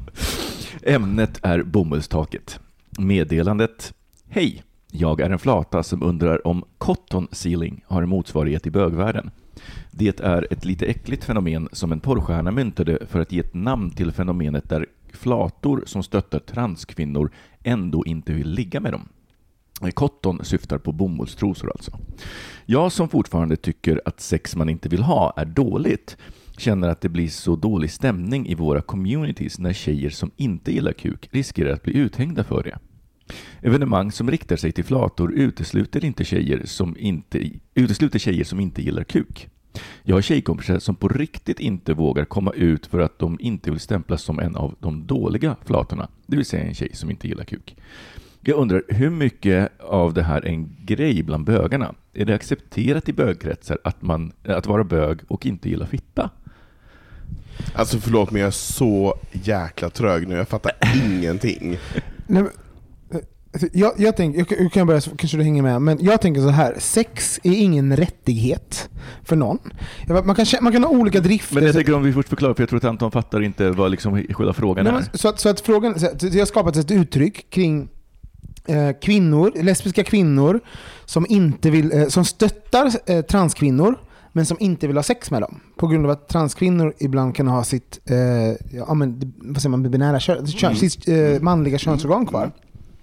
Ämnet är bomullstaket. Meddelandet: hej, jag är en flata som undrar om cotton sealing har en motsvarighet i bögvärlden. Det är ett lite äckligt fenomen som en porrstjärna myntade för att ge ett namn till fenomenet där flator som stöttar transkvinnor ändå inte vill ligga med dem. Cotton syftar på bomullstrosor alltså. Jag som fortfarande tycker att sex man inte vill ha är dåligt känner att det blir så dålig stämning i våra communities när tjejer som inte gillar kuk riskerar att bli uthängda för det. Evenemang som riktar sig till flator utesluter inte tjejer som inte utesluter tjejer som inte gillar kuk. Jag har tjejkompisar som på riktigt inte vågar komma ut för att de inte vill stämplas som en av de dåliga flatorna, det vill säga en tjej som inte gillar kuk. Jag undrar, hur mycket av det här är en grej bland bögarna? Är det accepterat i bögkretsar att, man, att vara bög och inte gilla fitta? Alltså förlåt, men jag är så jäkla trög nu. Jag fattar ingenting. Nej, men, jag, jag tänker, jag, jag kan börja, kanske du hänger med, men jag tänker så här: sex är ingen rättighet för någon. Man kan, man kan ha olika drifter. Men jag tänker om vi först förklarar, för jag tror att Anton fattar inte vad liksom själva frågan Nej, är. Men, så, att, så att frågan, så det har skapats ett uttryck kring eh, kvinnor, lesbiska kvinnor som inte vill, eh, som stöttar eh, transkvinnor men som inte vill ha sex med dem på grund av att transkvinnor ibland kan ha sitt eh, ja, men, vad säger man, binära kön, kön, sitt eh, manliga könsorgan kvar.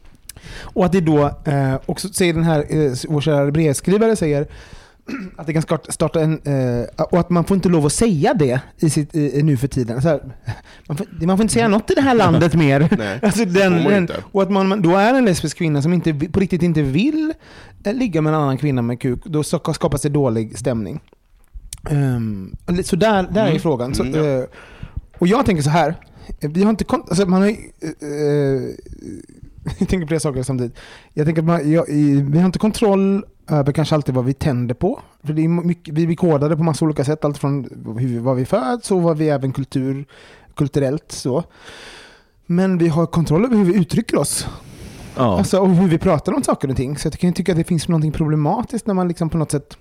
Och att det då eh, också säger den här eh, vår kära brevskrivare säger att det kan starta en eh, och att man får inte lov att säga det i sitt i, nu för tiden så här, man, får, man får inte säga något i det här landet mer. Nej, alltså den, den, och att man då är en lesbisk kvinna som inte på riktigt inte vill eh, ligga med en annan kvinna med kuk, då skapas det dålig stämning. Um, så där där mm. är frågan. Så, mm, ja. eh, och jag tänker så här, vi har inte kont- alltså man har eh, jag tänker på det saker samtidigt. Jag tänker att man, jag, vi har inte kontroll över kanske alltid vad vi tänder på. För det är mycket, vi blir kodade på massa olika sätt. Allt från hur, vad vi föds och vad vi även kultur, kulturellt så. Men vi har kontroll över hur vi uttrycker oss. Ja. Alltså, och hur vi pratar om saker och ting. Så jag kan tycka att det finns något problematiskt när man liksom på något sätt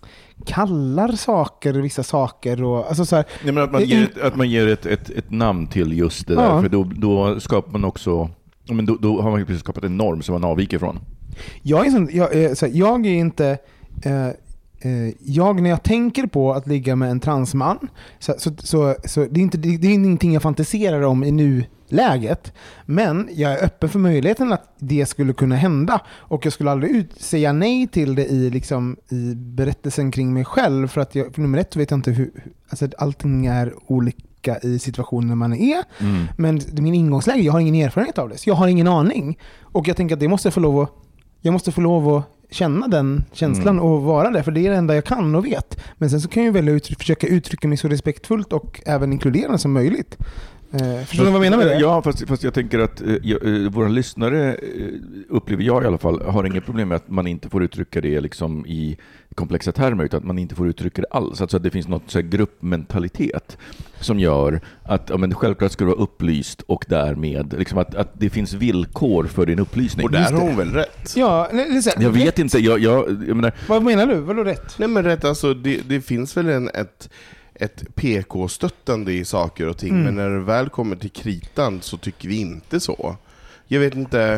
kallar saker, vissa saker och alltså så här, nej, men att man ger, ett, att man ger ett, ett, ett namn till just det ja. där, för då, då skapar man också, men då, då har man ju skapat en norm som man avviker från. Jag är, sån, jag, så här, jag är inte eh, eh, jag när jag tänker på att ligga med en transman så, så, så, så det är inte det är ingenting jag fantiserar om i nu läget. Men jag är öppen för möjligheten att det skulle kunna hända. Och jag skulle aldrig ut, säga nej till det i, liksom, i berättelsen kring mig själv. För att jag, för nummer ett så vet jag inte hur... Alltså allting är olika i situationen man är. Mm. Men min ingångsläge, jag har ingen erfarenhet av det. Så jag har ingen aning. Och jag tänker att det måste få lov att, jag måste få lov att känna den känslan mm. och vara det. För det är det enda jag kan och vet. Men sen så kan jag välja ut, försöka uttrycka mig så respektfullt och även inkluderande som möjligt. Eh, förstår du vad jag menar med det? Ja, fast, fast jag tänker att eh, eh, våra lyssnare, eh, upplever jag i alla fall, har inget problem med att man inte får uttrycka det liksom i komplexa termer, utan att man inte får uttrycka det alls. Alltså att det finns något så här gruppmentalitet som gör att ja, men självklart ska du vara upplyst och därmed liksom att, att det finns villkor för din upplysning. Och där har hon väl rätt? Ja, nej, så, jag vet rätt. inte. Jag, jag, jag menar, vad menar du? Vad är rätt? Nej men rätt, alltså det, det finns väl en, ett ett P K-stöttande i saker och ting, mm. men när det väl kommer till kritan så tycker vi inte så. Jag vet inte...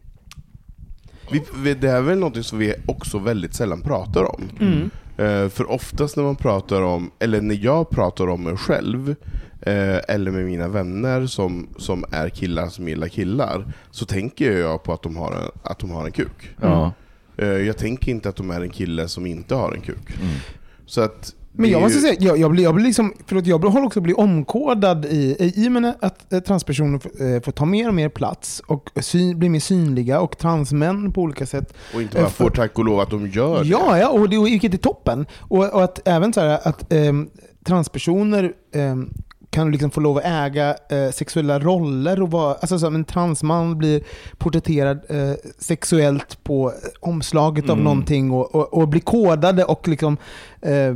Vi, det är väl något som vi också väldigt sällan pratar om. Mm. Uh, för oftast när man pratar om, eller när jag pratar om mig själv, uh, eller med mina vänner som, som är killar som gillar killar, så tänker jag på att de har en, att de har en kuk. Mm. Uh, jag tänker inte att de är en kille som inte har en kuk. Mm. Så att men jag måste säga, jag, jag blir, jag blir liksom, för att jag håller också bli omkodad i, i och med att eh, transpersoner får, får ta mer och mer plats och syn, blir mer synliga, och transmän på olika sätt. Och inte bara eh, får tack och lov att de gör det. Ja, ja, och det och vilket är toppen. Och, och att även så här att eh, transpersoner eh, kan liksom få lov att äga eh, sexuella roller och vara, alltså som en transman blir porträtterad eh, sexuellt på omslaget mm. av någonting och, och, och blir kodade och liksom eh,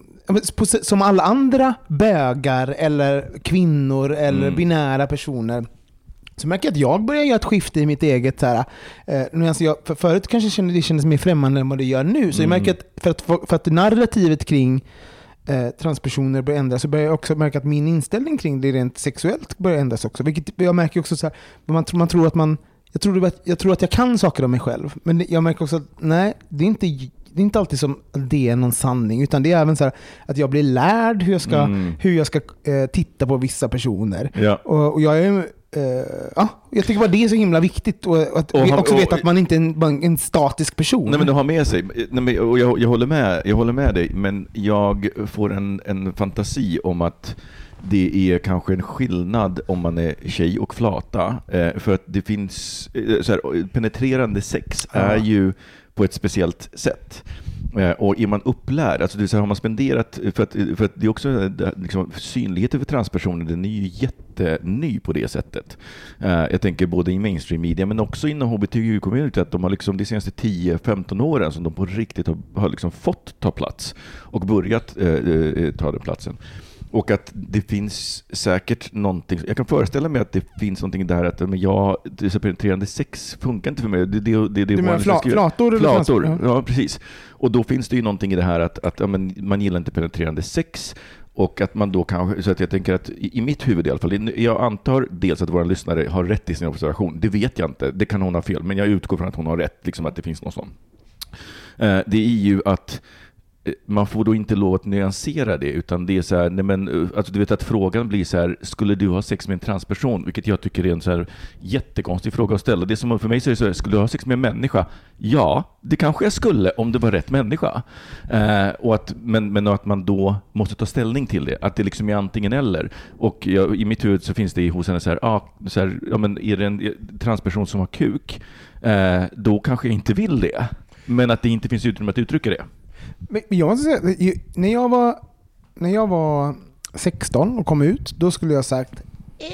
på, som alla andra bögar eller kvinnor eller mm. binära personer. Så märker jag att jag börjar göra ett skifte i mitt eget så här, eh, alltså jag, för förut kanske kände, det kändes mer främmande än vad det gör nu. Så mm. jag märker att för, att för att narrativet kring Eh, transpersoner börjar ändras, så börjar jag också märka att min inställning kring det rent sexuellt börjar ändras också. Vilket jag märker också så här, man, man tror att man jag tror, att, jag tror att jag kan saker om mig själv, men jag märker också att nej, det är inte, det är inte alltid som det är någon sanning, utan det är även så här att jag blir lärd hur jag ska, mm. hur jag ska eh, titta på vissa personer. Ja. Och, och jag är Uh, ja, jag tycker bara det är så himla viktigt, och att och vi också och, vet att man inte är en, en statisk person. Nej, men du har med sig, nej, men, och jag, jag, håller med, jag håller med dig, men jag får en, en fantasi om att det är kanske en skillnad om man är tjej och flata, eh, för att det finns eh, så här, penetrerande sex ja. är ju på ett speciellt sätt. Och är man upplärd, alltså det är så här, har man spenderat, för att, för att det är också liksom, synligheten för transpersoner, den är ju jätteny på det sättet. Jag tänker både i mainstream media men också inom H B T Q-community, att de har liksom de senaste tio femton åren som de på riktigt har, har liksom fått ta plats och börjat eh, ta den platsen. Och att det finns säkert någonting, jag kan föreställa mig att det finns någonting där att men jag, det är så penetrerande sex funkar inte för mig. Det, det, det, det du menar fla, flator? Flator, ja. ja precis. Och då finns det ju någonting i det här att, att ja, men man gillar inte penetrerande sex, och att man då kanske, så att jag tänker att i, i mitt huvud i alla fall, jag antar dels att våra lyssnare har rätt i sin observation, det vet jag inte, det kan hon ha fel, men jag utgår från att hon har rätt, liksom att det finns någon sån. Eh, det är ju att man får då inte lov att nyansera det, utan det är så här, nej men, alltså du vet att frågan blir så här, skulle du ha sex med en transperson? Vilket jag tycker är en så här jättekonstig fråga att ställa. Det som för mig så är det så här, skulle du ha sex med en människa? Ja, det kanske jag skulle om det var rätt människa. Eh, och att, men, men att man då måste ta ställning till det. Att det liksom är antingen eller. Och jag, i mitt huvud så finns det hos henne så här, ah, så här ja, men är det en transperson som har kuk? Eh, då kanske jag inte vill det. Men att det inte finns utrymme att uttrycka det. Men jag måste säga, när jag var när jag var sexton och kom ut, då skulle jag sagt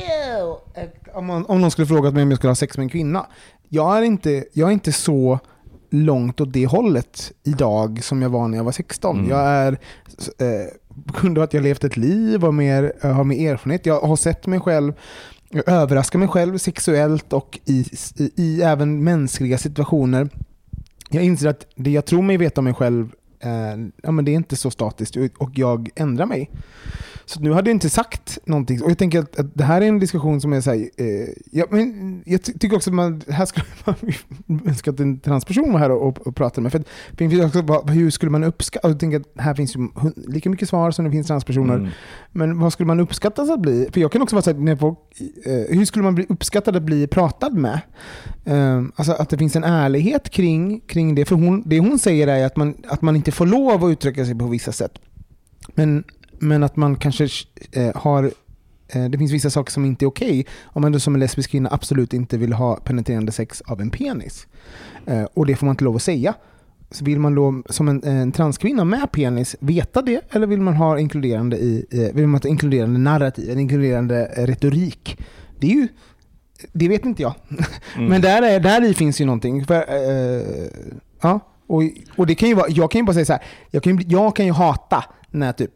ew, om, man, om någon skulle frågat mig om jag skulle ha sex med en kvinna. Jag är inte, jag är inte så långt åt det hållet idag som jag var när jag var sexton. Mm. Jag är eh, kunde att jag levt ett liv och mer, har mer erfarenhet. Jag har sett mig själv, jag överraskar mig själv sexuellt och i, i, i även mänskliga situationer. Jag inser att det jag tror mig veta om mig själv, eh, ja, men det är inte så statiskt, och jag ändrar mig. Så nu hade jag inte sagt någonting. Och jag tänker att, att det här är en diskussion som är så här, eh, ja, men jag ty- tycker också att man, här skulle man önska att en transperson var här och, och, och pratade med. För, att, för också, vad, hur skulle man uppskatta? Jag tänker att här finns ju lika mycket svar som det finns transpersoner. Mm. Men vad skulle man uppskattas att bli? För jag kan också vara så här, när folk, eh, hur skulle man bli uppskattad att bli pratad med? Eh, alltså att det finns en ärlighet kring, kring det. För hon, det hon säger är att man, att man inte får lov att uttrycka sig på vissa sätt. Men Men att man kanske eh, har... Eh, det finns vissa saker som inte är okej. Om man då som en lesbisk kvinna absolut inte vill ha penetrerande sex av en penis. Eh, och det får man inte lov att säga. Så vill man då som en, en transkvinna med penis veta det? Eller vill man ha inkluderande, i, eh, vill man ha inkluderande narrativ? En inkluderande eh, retorik? Det är ju... Det vet inte jag. Mm. Men där, är, där i finns ju någonting. För, eh, ja, och, och det kan ju vara... Jag kan ju bara säga så här. Jag kan, jag kan ju hata när typ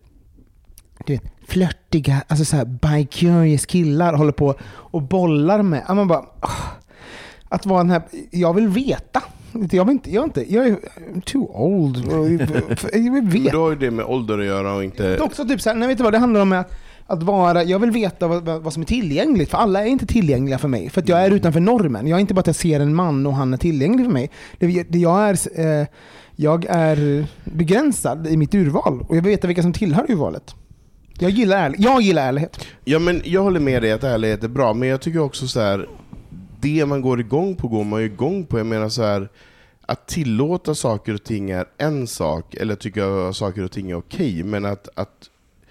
du vet, flörtiga, alltså så här bi-curious killar håller på och bollar med. Man bara, åh, att vara den här, jag vill veta. Jag vill inte, jag är inte, jag är too old. Jag vill veta. Men då är det med ålder att göra och inte... Det är också typ så här, nej, vet du vad det handlar om, att, att vara, jag vill veta vad, vad som är tillgängligt, för alla är inte tillgängliga för mig, för att jag är utanför normen. Jag är inte bara att jag ser en man och han är tillgänglig för mig. Det, det jag är eh, jag är begränsad i mitt urval och jag vet vilka som tillhör urvalet. Jag gillar, ärlig- jag gillar ärlighet. Ja, men jag håller med dig att ärlighet är bra, men jag tycker också så här, det man går igång på går man ju igång på. Jag menar så här, att tillåta saker och ting är en sak, eller tycka att saker och ting är okej, men att, att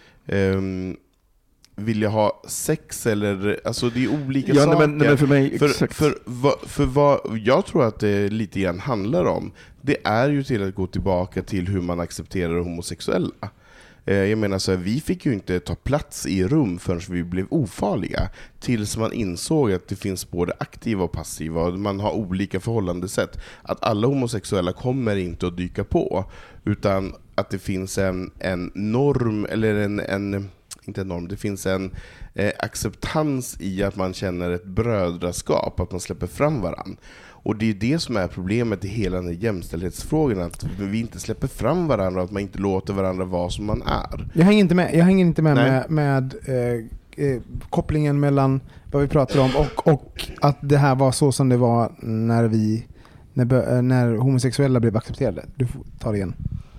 um, vilja ha sex eller, alltså det är olika ja, saker. Nej, men, nej, men för mig, för, exakt. för, för, för vad jag tror att det lite grann handlar om, det är ju till att gå tillbaka till hur man accepterar homosexuella. Jag menar så här, vi fick ju inte ta plats i rum förrän vi blev ofarliga, tills man insåg att det finns både aktiva och passiva och man har olika förhållandesätt. Att alla homosexuella kommer inte att dyka på, utan att det finns en, en norm, eller en, en inte en norm, det finns en eh, acceptans i att man känner ett brödraskap, att man släpper fram varann. Och det är det som är problemet i hela den här jämställdhetsfrågan, att vi inte släpper fram varandra, att man inte låter varandra vara som man är. Jag hänger inte med, jag hänger inte med Nej. med, med eh, eh, kopplingen mellan vad vi pratar om och, och att det här var så som det var när vi när, när homosexuella blev accepterade. Du får ta det igen.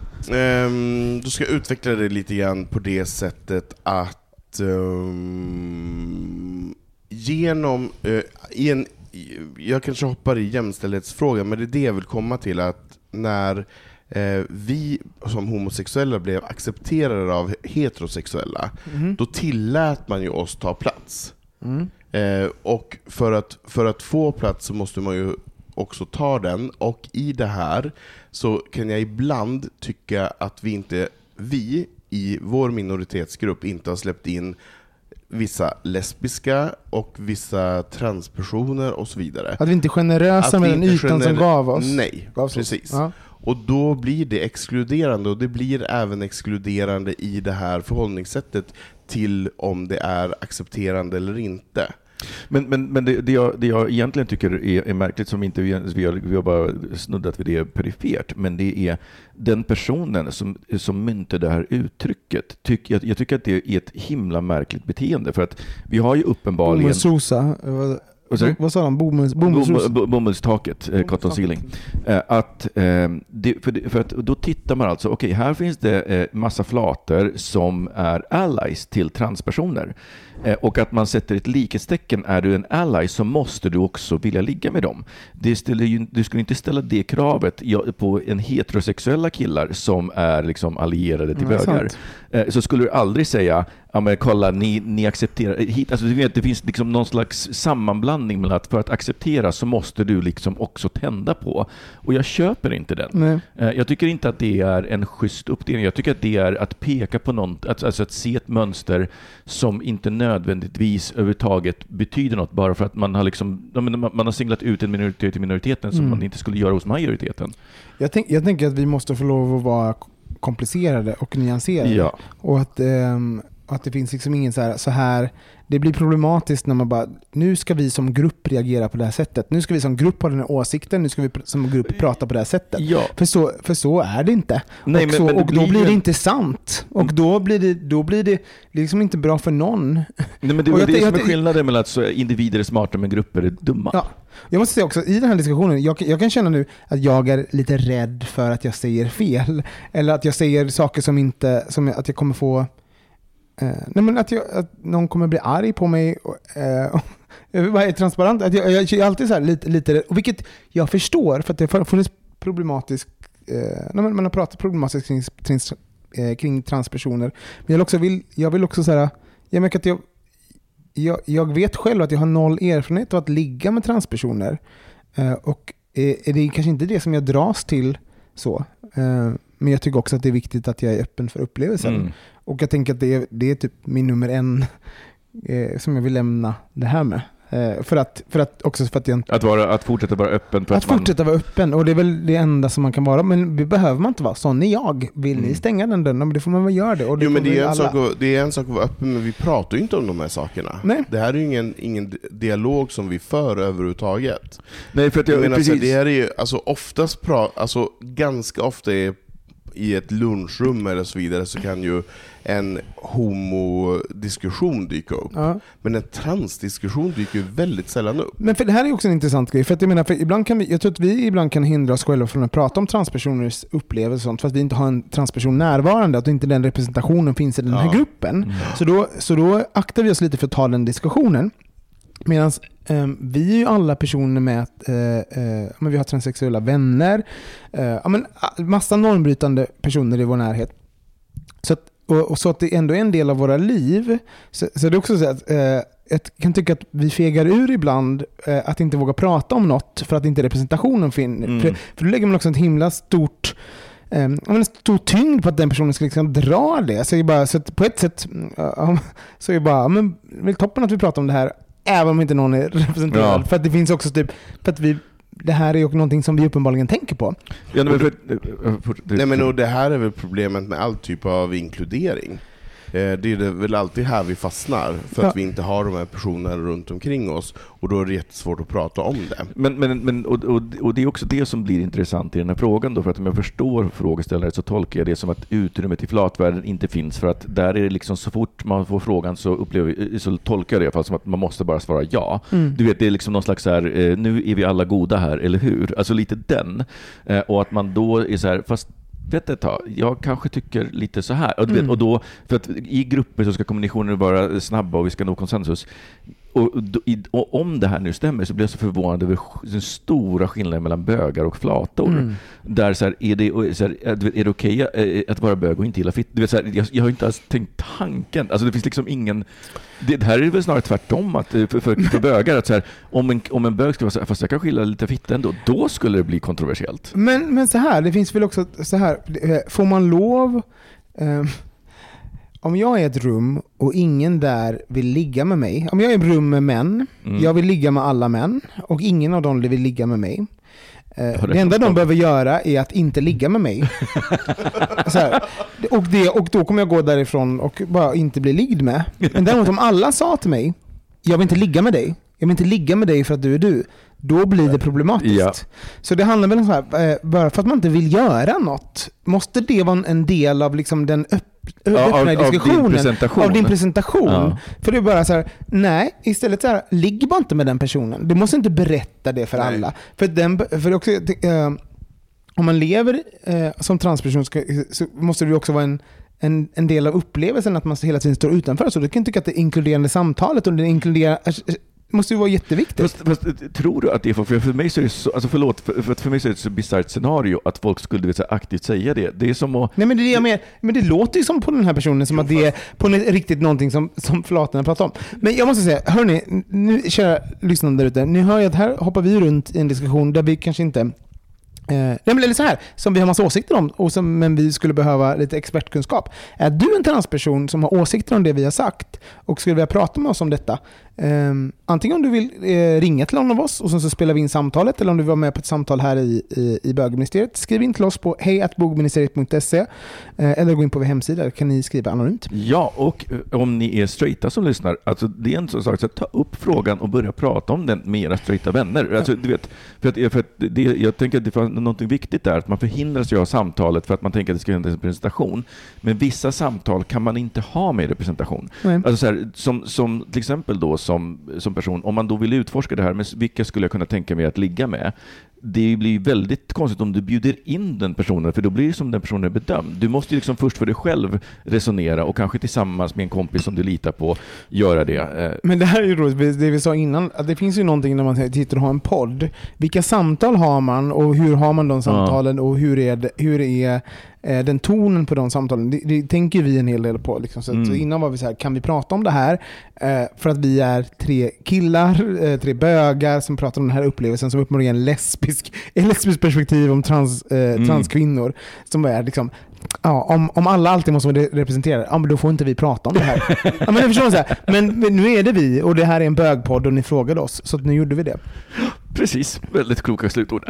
Um, då ska jag utveckla det lite grann på det sättet att um, genom uh, i en jag kanske hoppar i jämställdhetsfrågan, men det är det jag vill komma till, att när eh, vi som homosexuella blev accepterade av heterosexuella, mm. då tillät man ju oss ta plats. Mm. Eh, och för att, för att få plats så måste man ju också ta den, och i det här så kan jag ibland tycka att vi inte, vi i vår minoritetsgrupp inte har släppt in vissa lesbiska och vissa transpersoner och så vidare. Att vi inte är generösa med den ytan gener- som gav oss. Nej, Gavs precis. Oss. Ja. Och då blir det exkluderande, och det blir även exkluderande i det här förhållningssättet till om det är accepterande eller inte. Men, men, men det, det, jag, det jag egentligen tycker är, är märkligt, som inte vi, vi, har, vi har bara snuddat vid det perifert, men det är den personen som, som myntade det här uttrycket. Tyck, jag, jag tycker att det är ett himla märkligt beteende, för att vi har ju uppenbarligen... Bomullsrosa. Vad, vad sa de? Bomulls, bomullsrosa? Bom, bomullstaket, eh, cotton ceiling. Eh, att, eh, det, för, det, för att då tittar man alltså, okej, okay, här finns det eh, massa flator som är allies till transpersoner. Eh, och att man sätter ett likhetstecken, är du en ally så måste du också vilja ligga med dem. Det ställer ju, du skulle inte ställa det kravet på en heterosexuella killar som är liksom allierade till mm, bögar. Eh, så skulle du aldrig säga, ja men kolla, ni, ni accepterar hit, alltså du vet, det finns liksom någon slags sammanblandning mellan att för att acceptera så måste du liksom också tända på, och jag köper inte den. Nej. Jag tycker inte att det är en schysst uppdelning. Jag tycker att det är att peka på något, att, alltså att se ett mönster som inte nödvändigtvis överhuvudtaget betyder något, bara för att man har liksom, man har singlat ut en minoritet i minoriteten som mm. man inte skulle göra hos majoriteten. Jag, tänk, jag tänker att vi måste få lov att vara komplicerade och nyanserade. Ja. Och att um, och att det finns liksom ingen så här, så här, det blir problematiskt när man bara, nu ska vi som grupp reagera på det här sättet. Nu ska vi som grupp ha den här åsikten, nu ska vi som grupp prata på det här sättet. Ja. För, så, för så är det inte. Nej, och, men, så, men det och då blir, blir det inte sant. Och mm. då blir det, då blir det liksom inte bra för någon. Nej, men det, det, det är som är skillnaden mellan att så individer är smarta men grupper är dumma. Ja. Jag måste säga också, i den här diskussionen, jag, jag kan känna nu att jag är lite rädd för att jag säger fel. Eller att jag säger saker som inte, som att jag kommer få eh, nej men att, jag, att någon kommer bli arg på mig och, eh, jag vill bara är transparent. Att jag, jag, jag är alltid så här lite, lite och vilket jag förstår, för att det har funnits problematiskt eh, när man, man har pratat problematiskt kring, kring, eh, kring transpersoner. Men jag vill också, vill, jag vill också så här, jag märker att jag Jag, jag vet själv att jag har noll erfarenhet av att ligga med transpersoner. Eh, och eh, det är kanske inte det som jag dras till så. Eh, men jag tycker också att det är viktigt att jag är öppen för upplevelsen. Mm. Och jag tänker att det är, det är typ min nummer en eh, som jag vill lämna det här med. Eh, för att, för att också för att jag att, vara, att fortsätta vara öppen. För att, att man... fortsätta vara öppen. Och det är väl det enda som man kan vara. Men det behöver man inte vara. Sån är jag. Vill mm. ni stänga den dörren? Men det får man väl göra det. Och det jo, men det är, en sak att, det är en sak att vara öppen, men vi pratar ju inte om de här sakerna. Nej. Det här är ju ingen, ingen dialog som vi för överhuvudtaget. Nej, för att jag, jag menar, precis. det här är ju, alltså oftast pra, alltså ganska ofta är i ett lunchrum eller så vidare så kan ju en homodiskussion dyka upp. Ja. Men en transdiskussion dyker ju väldigt sällan upp. Men för det här är också en intressant grej. För att jag menar, för ibland kan vi, jag tror att vi ibland kan hindra oss själva från att prata om transpersoners upplevelser och sånt, för att vi inte har en transperson närvarande, att inte den representationen finns i den här ja. gruppen. Mm. Så, då, så då aktar vi oss lite för att ta den diskussionen. Medan eh, vi är ju alla personer med att eh, eh, men vi har transsexuella vänner, eh, ja, men, massa normbrytande personer i vår närhet. Så att, och, och så att det ändå är en del av våra liv. Så, så det är också så att eh, jag kan tycka att vi fegar ur ibland eh, att inte våga prata om något för att inte representationen finns. Mm. För, för då lägger man också ett himla stort eh, en stor tyngd på att den personen ska liksom dra det. Så, är bara, så att på ett sätt uh, så är det bara men, väl toppen att vi pratar om det här även om inte någon är representerad. Ja. För att det finns också typ, för att vi, det här är ju någonting som vi uppenbarligen tänker på. Ja, men för, för, det, nej, men och det här är väl problemet med all typ av inkludering. Det är väl alltid här vi fastnar, för att ja. vi inte har de här personerna runt omkring oss, och då är det jättesvårt att prata om det. Men, men, men, och, och, och det är också det som blir intressant i den här frågan då, för att om jag förstår frågeställaren så tolkar jag det som att utrymmet i flatvärlden inte finns, för att där är det liksom så fort man får frågan så, upplever, så tolkar jag det i alla fall som att man måste bara svara ja. Mm. Du vet, det är liksom någon slags så här, nu är vi alla goda här, eller hur? Alltså lite den. Och att man då är så här, fast vet ett tag, jag kanske tycker lite så här. Och, du vet, mm. och då, för att i grupper så ska kommunikationen vara snabba och vi ska nå konsensus. Och, och om det här nu stämmer så blir jag så förvånad över den stora skillnaden mellan bögar och flator. Mm. Där så här, är det, så här, är det okej okay att vara bög och inte gilla fitt? Du vet, så här, jag, jag har inte alls tänkt tanken. Alltså det finns liksom ingen... Det, det här är väl snarare tvärtom att, för, för, för bögar. Att så här, om, en, om en bög skulle vara så här, fast jag kan skilja lite fitt ändå, då skulle det bli kontroversiellt. Men, men så här, det finns väl också så här, får man lov... Eh, om jag är i ett rum och ingen där vill ligga med mig. Om jag är i ett rum med män, mm. jag vill ligga med alla män och ingen av dem vill ligga med mig. Eh, det enda de behöver göra är att inte ligga med mig. Så här. Och, det, och då kommer jag gå därifrån och bara inte bli liggd med. Men däremot om alla sa till mig, jag vill inte ligga med dig. Jag vill inte ligga med dig för att du är du. Då blir det problematiskt. Ja. Så det handlar väl om så här, eh, bara för att man inte vill göra något, måste det vara en del av liksom den öpp, öppna ja, av, diskussionen av din presentation. Av din presentation. Ja. För det är bara så här, nej, istället så här, ligg bara inte med den personen. Du måste inte berätta det för nej. alla. För den för också eh, om man lever eh, som transperson ska, så måste det ju också vara en En, en del av upplevelsen att man hela tiden står utanför. Så du kan tycka att det inkluderande samtalet och det inkluderar måste ju vara jätteviktigt. Fast, fast, tror du att det är för, för mig så är det så, alltså förlåt, för, för, för mig så är det ett så bisarrt scenario att folk skulle vet, så aktivt säga det. Det är som att... Nej, men det är det jag menar, men det låter ju som på den här personen som jo, att det är på riktigt någonting som, som flatorna pratar om. Men jag måste säga, hörni, nu kära lyssnare där ute, ni hör ju att här hoppar vi runt i en diskussion där vi kanske inte Eh, nej, men eller så här, som vi har massa åsikter om, och som, men vi skulle behöva lite expertkunskap. Är du en transperson som har åsikter om det vi har sagt och skulle vilja prata med oss om detta? Eh, antingen om du vill eh, ringa till någon av oss och sen så spelar vi in samtalet, eller om du vill vara med på ett samtal här i, i, i bögministeriet, skriv in till oss på hej at bogministeriet punkt se eh, eller gå in på vår hemsida, kan ni skriva anonymt. Ja, och om ni är straighta som lyssnar, alltså det är en sån sak, så ta upp frågan och börja prata om den med era straighta vänner. Alltså, du vet, för att, för att det, jag tänker att det är något viktigt där, att man förhindrar sig av samtalet för att man tänker att det ska vara en presentation. Men vissa samtal kan man inte ha med representation. Mm. Alltså så här, som, som till exempel då som, som person, om man då vill utforska det här, men vilka skulle jag kunna tänka mig att ligga med? Det blir väldigt konstigt om du bjuder in den personen, för då blir det som den personen är bedömd. Du måste ju liksom först för dig själv resonera och kanske tillsammans med en kompis som du litar på göra det. Men det här är ju roligt, det vi sa innan, att det finns ju någonting när man sitter och har en podd. Vilka samtal har man och hur har man de samtalen, ja. Och hur är, det, hur är eh, den tonen på de samtalen? Det, det tänker vi en hel del på. Liksom. Så, mm. så innan var vi så här, kan vi prata om det här? Eh, för att vi är tre killar, eh, tre bögar som pratar om den här upplevelsen som uppenbarligen en lesbisk, en lesbisk perspektiv om trans, eh, mm. transkvinnor. Som är liksom, ja, om, om alla alltid måste vara representerade, ja, men då får inte vi prata om det här. Ja, men, jag förstår så här. Men, men nu är det vi, och det här är en bögpodd och ni frågade oss, så att nu gjorde vi det. Precis, väldigt kloka slutord.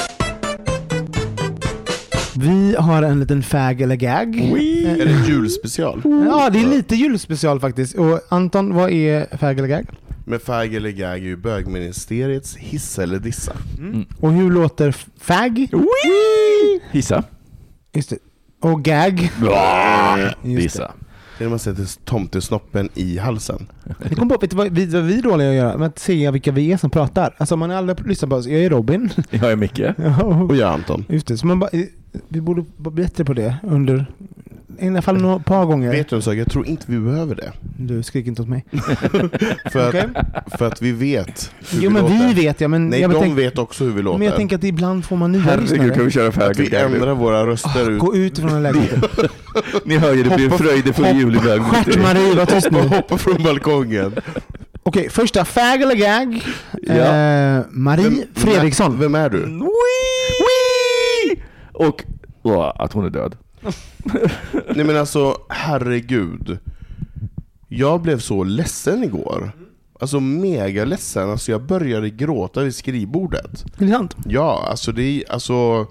Vi har en liten fag eller gag. Oui. Är det en julspecial? Ja, det är lite julspecial faktiskt. Och Anton, vad är fag eller gag? Med fag eller gag är ju bögministeriets hissa eller dissa. Mm. Och hur låter fag? Oui. Hissa. Just det. Och gag? Dissa. Det är när man sätter tomtesnoppen i halsen. Det kom på, vet du vad vi, vad vi är dåliga att göra? Med att se vilka vi är som pratar. Alltså man har aldrig lyssnat på oss. Jag är Robin. Jag är Micke. Och jag är Anton. Just det, så man bara, vi borde vara bättre på det under i alla fall några par gånger. Vet du en sak? Jag tror inte vi behöver det. Du skriker inte åt mig. för, okay. att, för att vi vet hur jo, vi men låter. vi vet, ja, men nej, jag de tänk, vet också hur vi låter. Men jag tänker att ibland får man nya Herregud, lyssnare. kan vi köra färg? Att vi ändrar våra röster oh, ut. Gå ut från den lägenheten. Ni hör ju, det blir en fröjdefull jul i bög. Stjärt-Marie, var tyst nu. Hoppa från balkongen. Okej, okay, första fag eller gag. Ja. Eh, Marie vem, Fredriksson. Vem är du? Wee! Wee! Och oh, att hon är död. Nej men alltså, herregud. Jag blev så ledsen igår. Alltså mega ledsen. Alltså jag började gråta vid skrivbordet. Är det sant? Ja, alltså det är alltså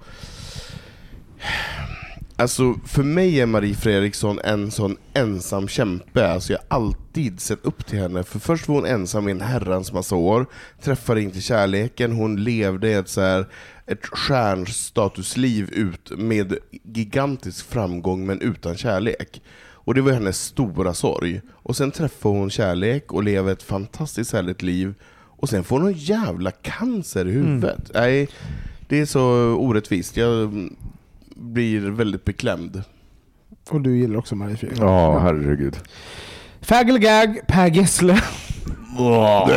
Alltså för mig är Marie Fredriksson en sån ensam kämpe. Alltså jag har alltid sett upp till henne. För först var hon ensam i en herrans massa år. Träffade inte kärleken. Hon levde ett så här ett stjärnstatusliv ut med gigantisk framgång men utan kärlek. Och det var hennes stora sorg. Och sen träffade hon kärlek och lever ett fantastiskt härligt liv. Och sen får hon en jävla cancer i huvudet. Mm. Nej, det är så orättvist. Jag blir väldigt beklämd. Och du gillar också Marie Fredriksson. Ja, oh, herregud. Fag eller gag, Per Gessle. Oh.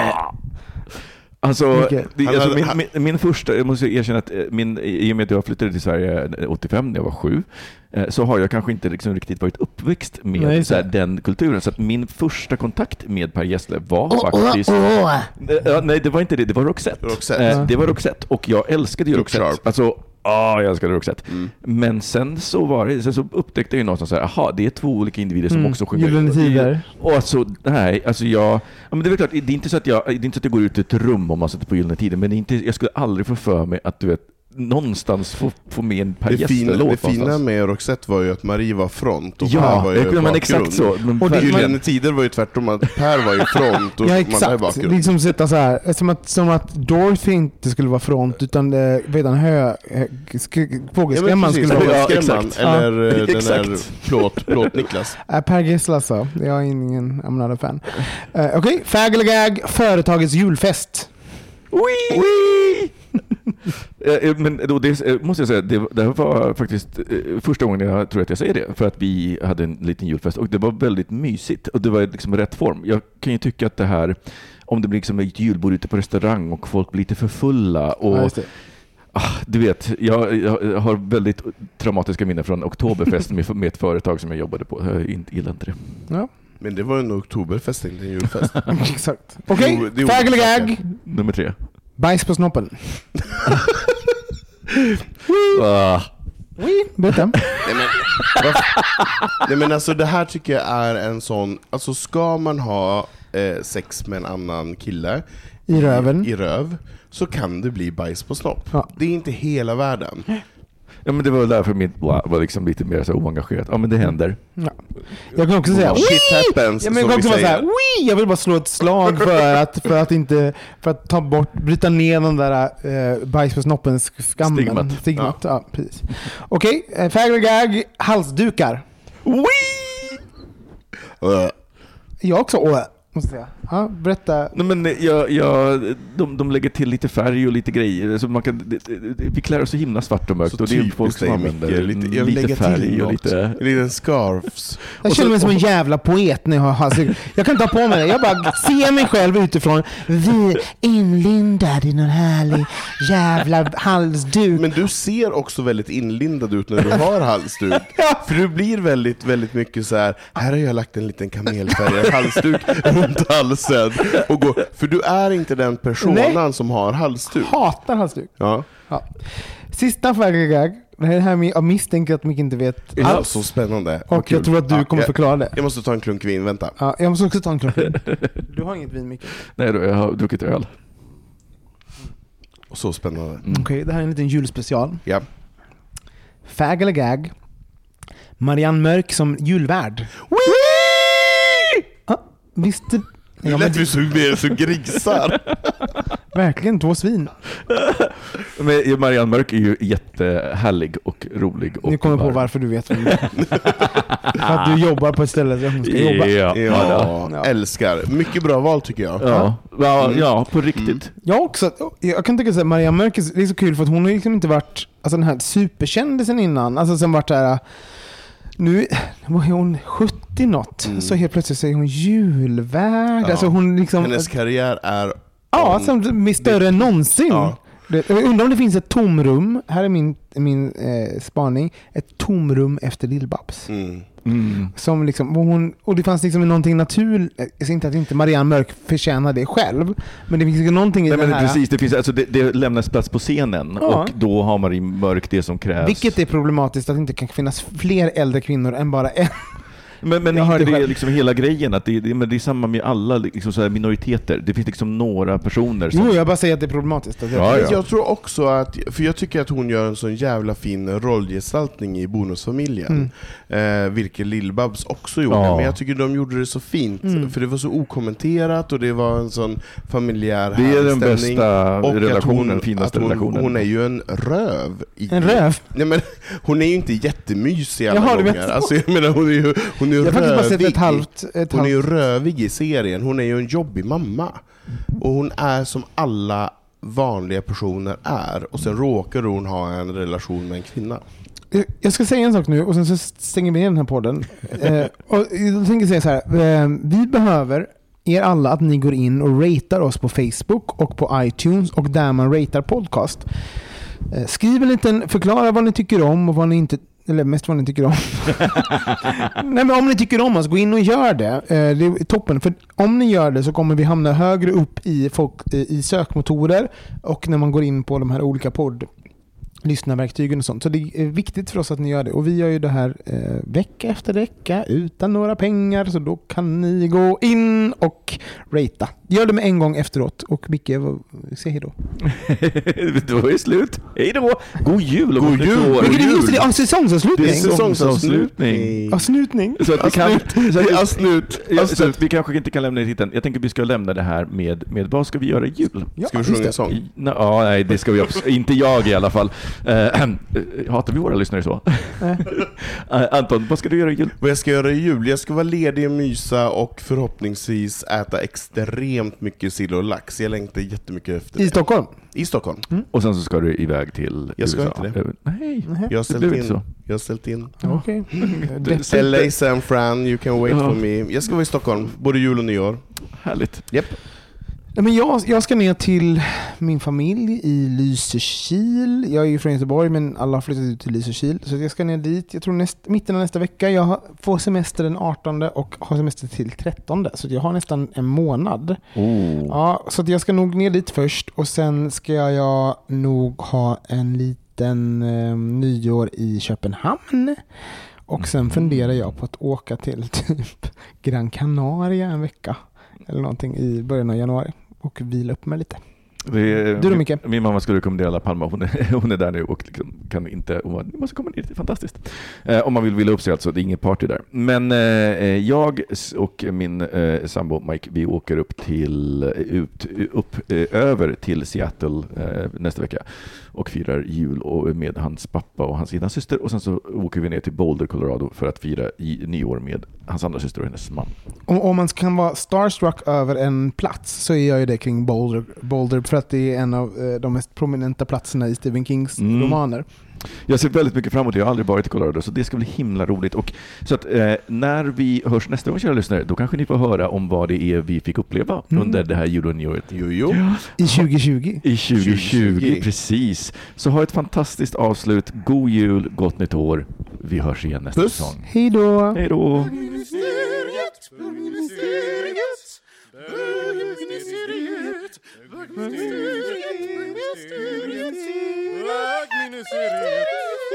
Alltså, okay. det, alltså min, min, min första, jag måste erkänna att min, i och med att jag flyttade till Sverige åttiofem när jag var sju, så har jag kanske inte liksom riktigt varit uppväxt med nej, så här, den kulturen. Så att min första kontakt med Per Gessle var oh, faktiskt... Oh, oh. Ja, nej, det var inte det. Det var Roxette. Roxette. Eh, det var Roxette. Och jag älskade ju Roxette. Sharp. Alltså, ja, jag älskade Roxette. Mm. Men sen så var det, sen så upptäckte jag ju någonstans så här, aha, det är två olika individer som mm. också sjunger. Gyllene Tider. Och alltså, nej, alltså jag... Ja, men det är väl klart, det är inte så att jag, det är inte så att jag går ut i ett rum om man sätter på Gyllene Tider, men det är inte, jag skulle aldrig få för mig att du vet, någonstans få, få med en Per Gessle-låt. Det fina med Roxette var ju att Marie var front och ja, Per var ju bakgrund. Men exakt så. Men och Gyllene Tider var ju tvärtom, att Per var ju front och ja, man var i bakgrund. Liksom sitta så här, som att, som att Dorothy inte skulle vara front utan det, redan hö, hö fågelskrämman ja, skulle vara. Ja, exakt. Eller ja. den exakt. där plåt, plåt Niklas. Äh, Per Gessle alltså. Jag är ingen I'm not a fan. Uh, Okej, okay. Fag eller gag, företagets julfest. Wee! Wee! Men då, det måste jag säga, det, det var faktiskt första gången jag tror att jag säger det, för att vi hade en liten julfest och det var väldigt mysigt och det var liksom rätt form. Jag kan ju tycka att det här, om det blir liksom ett julbord ute på restaurang och folk blir lite för fulla och ja, ah, du vet, jag, jag har väldigt traumatiska minnen från oktoberfest med, med ett företag som jag jobbade på. Jag gillar inte det. Ja. Men det var en oktoberfest, inte en julfest. Exakt. Okej, okay. Fag eller gag? Nummer tre. Bajs på snoppen. Ah. Oui, berätta. Nej men, Nej men alltså det här tycker jag är en sån, alltså ska man ha eh, sex med en annan kille I röven i, i röv, så kan det bli bajs på snopp. Ja. Det är inte hela världen. Ja, men det var därför mitt var liksom lite mer så oengagerat. Ja, men det händer. Ja. Jag kan också säga Shit happens, ja, men jag som kan vi också vara så här, säger. Wii! Jag vill bara slå ett slag för att, för att inte för att ta bort, bryta ner den där eh, bajs på snoppens skammen. Stigmat. Stigmat. Ja. Ja, precis. Okej, okay. Fagel gag, halsdukar. Uh. Jag också, åh, måste säga. Ja, berätta. Nej, men jag, jag, de, de lägger till lite färg och lite grejer. Så man kan, det, det, vi klär oss så himla svart och mörkt. Så och det är folk som använder lite, jag lite färg och lite... En liten scarfs. Jag känner mig som en jävla poet när jag har halsduk. Jag kan inte ha på mig det. Jag bara ser mig själv utifrån. Vi inlindade i någon härlig jävla halsduk. Men du ser också väldigt inlindad ut när du har halsduk. För du blir väldigt, väldigt mycket så här. Här har jag lagt en liten kamelfärgad halsduk runt halsen. Och går, för du är inte den personen Nej. som har halsduk. Hatar halsduk. Ja. Ja. Sista färggag. Det här är här med, jag misstänker att mycket inte vet ja, alls. Så spännande. Och jag tror att du ja, kommer jag, förklara det. Jag måste ta en klunk vin, vänta. Ja, jag måste också ta en klunk vin. Du har inget vin, Mikael. Nej då, jag har druckit öl. Och så spännande. Mm. Okej, okay, det här är en liten julspecial. Ja. Fag eller gag. Marianne Mörk som julvärd. Ja, visst. Nu ja, lät vi så, så grisar. Verkligen, två svin. Men Marianne Mörk är ju jättehärlig och rolig. Och ni kommer på varför du vet vem det är. För att du jobbar på ett ställe där hon ska jobba. Ja, ja, ja. Älskar. Mycket bra val tycker jag. Ja, ja, ja på riktigt. Mm. Jag också. Jag kan tycka att Marianne Mörk är, det är så kul för att hon har liksom inte varit alltså den här superkändisen innan. Alltså som varit där. Nu var hon sjuttio något. Mm. Så helt plötsligt så är hon julvärd. Ja. Alltså hon liksom, hennes karriär är ja, som är större än någonsin. Ja. Jag undrar om det finns ett tomrum. Här är min, min eh, spaning. Ett tomrum efter Lill-Babs. Mm. Mm. Som liksom, hon, och det fanns liksom någonting naturligt. Jag säger inte att inte Marianne Mörk förtjänar det själv. Men det finns liksom någonting i Nej, den men här. Precis, det, finns, alltså det, det lämnas plats på scenen. Ja. Och då har Marianne Mörk det som krävs. Vilket är problematiskt att det inte kan finnas fler äldre kvinnor än bara en. Men, men inte det, det är liksom hela grejen att det, det, men det är samma med alla liksom så här minoriteter. Det finns liksom några personer som... Jo, jag bara säger att det är problematiskt. Att ja, ja. Jag tror också att, för jag tycker att hon gör en sån jävla fin rollgestaltning i Bonusfamiljen. Mm. Eh, vilket Lill-Babs också gjorde. Ja. Men jag tycker de gjorde det så fint. Mm. För det var så okommenterat och det var en sån familjär det är den bästa och relationen, hon, finaste hon, relationen. Hon är ju en röv. I, en röv? Nej, men hon är ju inte jättemysig alla Jaha, gånger. Alltså, jag menar, hon är ju, hon är ju jag rövig. Bara sett ett halvt, ett hon halvt. är ju rövig i serien. Hon är ju en jobbig mamma. Och hon är som alla vanliga personer är. Och sen råkar hon ha en relation med en kvinna. Jag ska säga en sak nu och sen så stänger vi ner den här podden. eh, och jag tänker säga så här. Eh, vi behöver er alla att ni går in och ratear oss på Facebook och på iTunes och där man ratear podcast. Eh, skriv en liten, förklara vad ni tycker om och vad ni inte, eller mest vad ni tycker om. Nej, men om ni tycker om oss, gå in och gör det. Eh, det är toppen. För om ni gör det så kommer vi hamna högre upp i, folk, i sökmotorer och när man går in på de här olika podd lyssnarverktygen och sånt. Så det är viktigt för oss att ni gör det. Och vi gör ju det här eh, vecka efter vecka utan några pengar. Så då kan ni gå in och ratea. Gör det med en gång efteråt. Och Micke, säg hej då. Då är det slut. Hej då. God jul. God jul. God jul. Just det, säsongsavslutning. Det är säsongsavslutning. Avslutning. Så att vi kan, så att, avslut. Ja, så att vi kanske inte kan lämna det hitten. Jag tänker att vi ska lämna det här med, med vad ska vi göra i jul? Ja, ska vi sjunga en sång? Ja, nej, det ska vi inte jag i alla fall. Uh, hatar vi våra lyssnare så? uh, Anton, vad ska du göra i jul? Vad jag ska göra i jul? Jag ska vara ledig och mysa och förhoppningsvis äta extremt mycket sill och lax. Jag längtar jättemycket efter I det. Stockholm? I Stockholm. Mm. Och sen så ska du iväg till jag ska U S A. inte det. Nej, jag har ställt in. Så. Jag har ställt in. Okej. Okay. L A, San Fran, you can wait ja. for me. Jag ska vara i Stockholm, både jul och nyår. Härligt. Yep. Nej, men jag, jag ska ner till min familj i Lysekil. Jag är ju från Göteborg men alla har flyttat ut till Lysekil. Så jag ska ner dit, jag tror näst, mitten av nästa vecka. Jag får semester den artonde och har semester till trettonde. Så jag har nästan en månad. Oh. Ja, så jag ska nog ner dit först. Och sen ska jag nog ha en liten liten eh, nyår i Köpenhamn. Och sen funderar jag på att åka till typ Gran Canaria en vecka. Eller någonting i början av januari. Och vila upp mig lite. Vi, du då, Micke? Min mamma skulle rekommendera La Palma. Hon är, hon är där nu och kan inte... Hon bara, måste komma ner, det är fantastiskt. Eh, om man vill vila upp sig alltså, det är inget party där. Men eh, jag och min eh, sambo Mike, vi åker upp till ut, upp eh, över till Seattle eh, nästa vecka och firar jul och med hans pappa och hans ena syster, och sen så åker vi ner till Boulder, Colorado för att fira i nyår med hans andra syster och hennes man. Om, om man kan vara starstruck över en plats så är jag ju det kring Boulder, Boulder för att det är en av eh, de mest prominenta platserna i Stephen Kings mm. romaner. Jag ser väldigt mycket fram emot det. Jag har aldrig varit i Colorado, så det ska bli himla roligt. Och så att eh, när vi hörs nästa gång, kära lyssnare, då kanske ni får höra om vad det är vi fick uppleva mm. under det här jul och nyåret. Jo, jo. Ja. I tjugo tjugo. I tjugo tjugo, precis. Så ha ett fantastiskt avslut. God jul, gott nytt år. Vi hörs igen nästa Puss. säsong. Hej då. Hej då. Bögministeriet, bögministeriet, bögministeriet, bögministeriet, bögministeriet.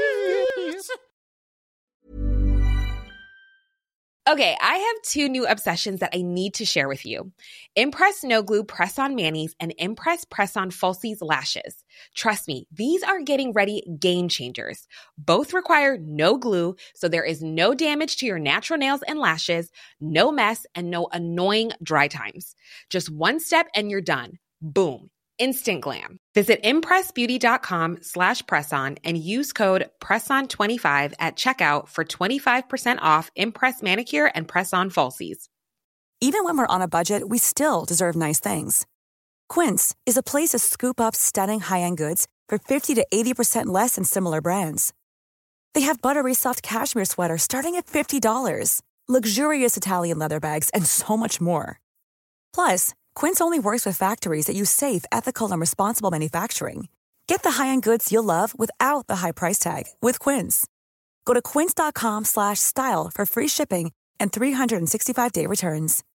Okay, I have two new obsessions that I need to share with you. Impress No Glue Press-On Manis and Impress Press-On Falsies Lashes. Trust me, these are getting ready game changers. Both require no glue, so there is no damage to your natural nails and lashes, no mess, and no annoying dry times. Just one step and you're done. Boom. Instant glam. Visit impressbeauty.com slash presson and use code presson twenty-five at checkout for twenty-five percent off Impress manicure and press-on falsies. Even when we're on a budget, we still deserve nice things. Quince is a place to scoop up stunning high-end goods for fifty to eighty percent less than similar brands. They have buttery soft cashmere sweaters starting at fifty dollars, luxurious Italian leather bags, and so much more. Plus, Quince only works with factories that use safe, ethical, and responsible manufacturing. Get the high-end goods you'll love without the high price tag with Quince. Go to quince.com slash style for free shipping and three sixty-five day returns.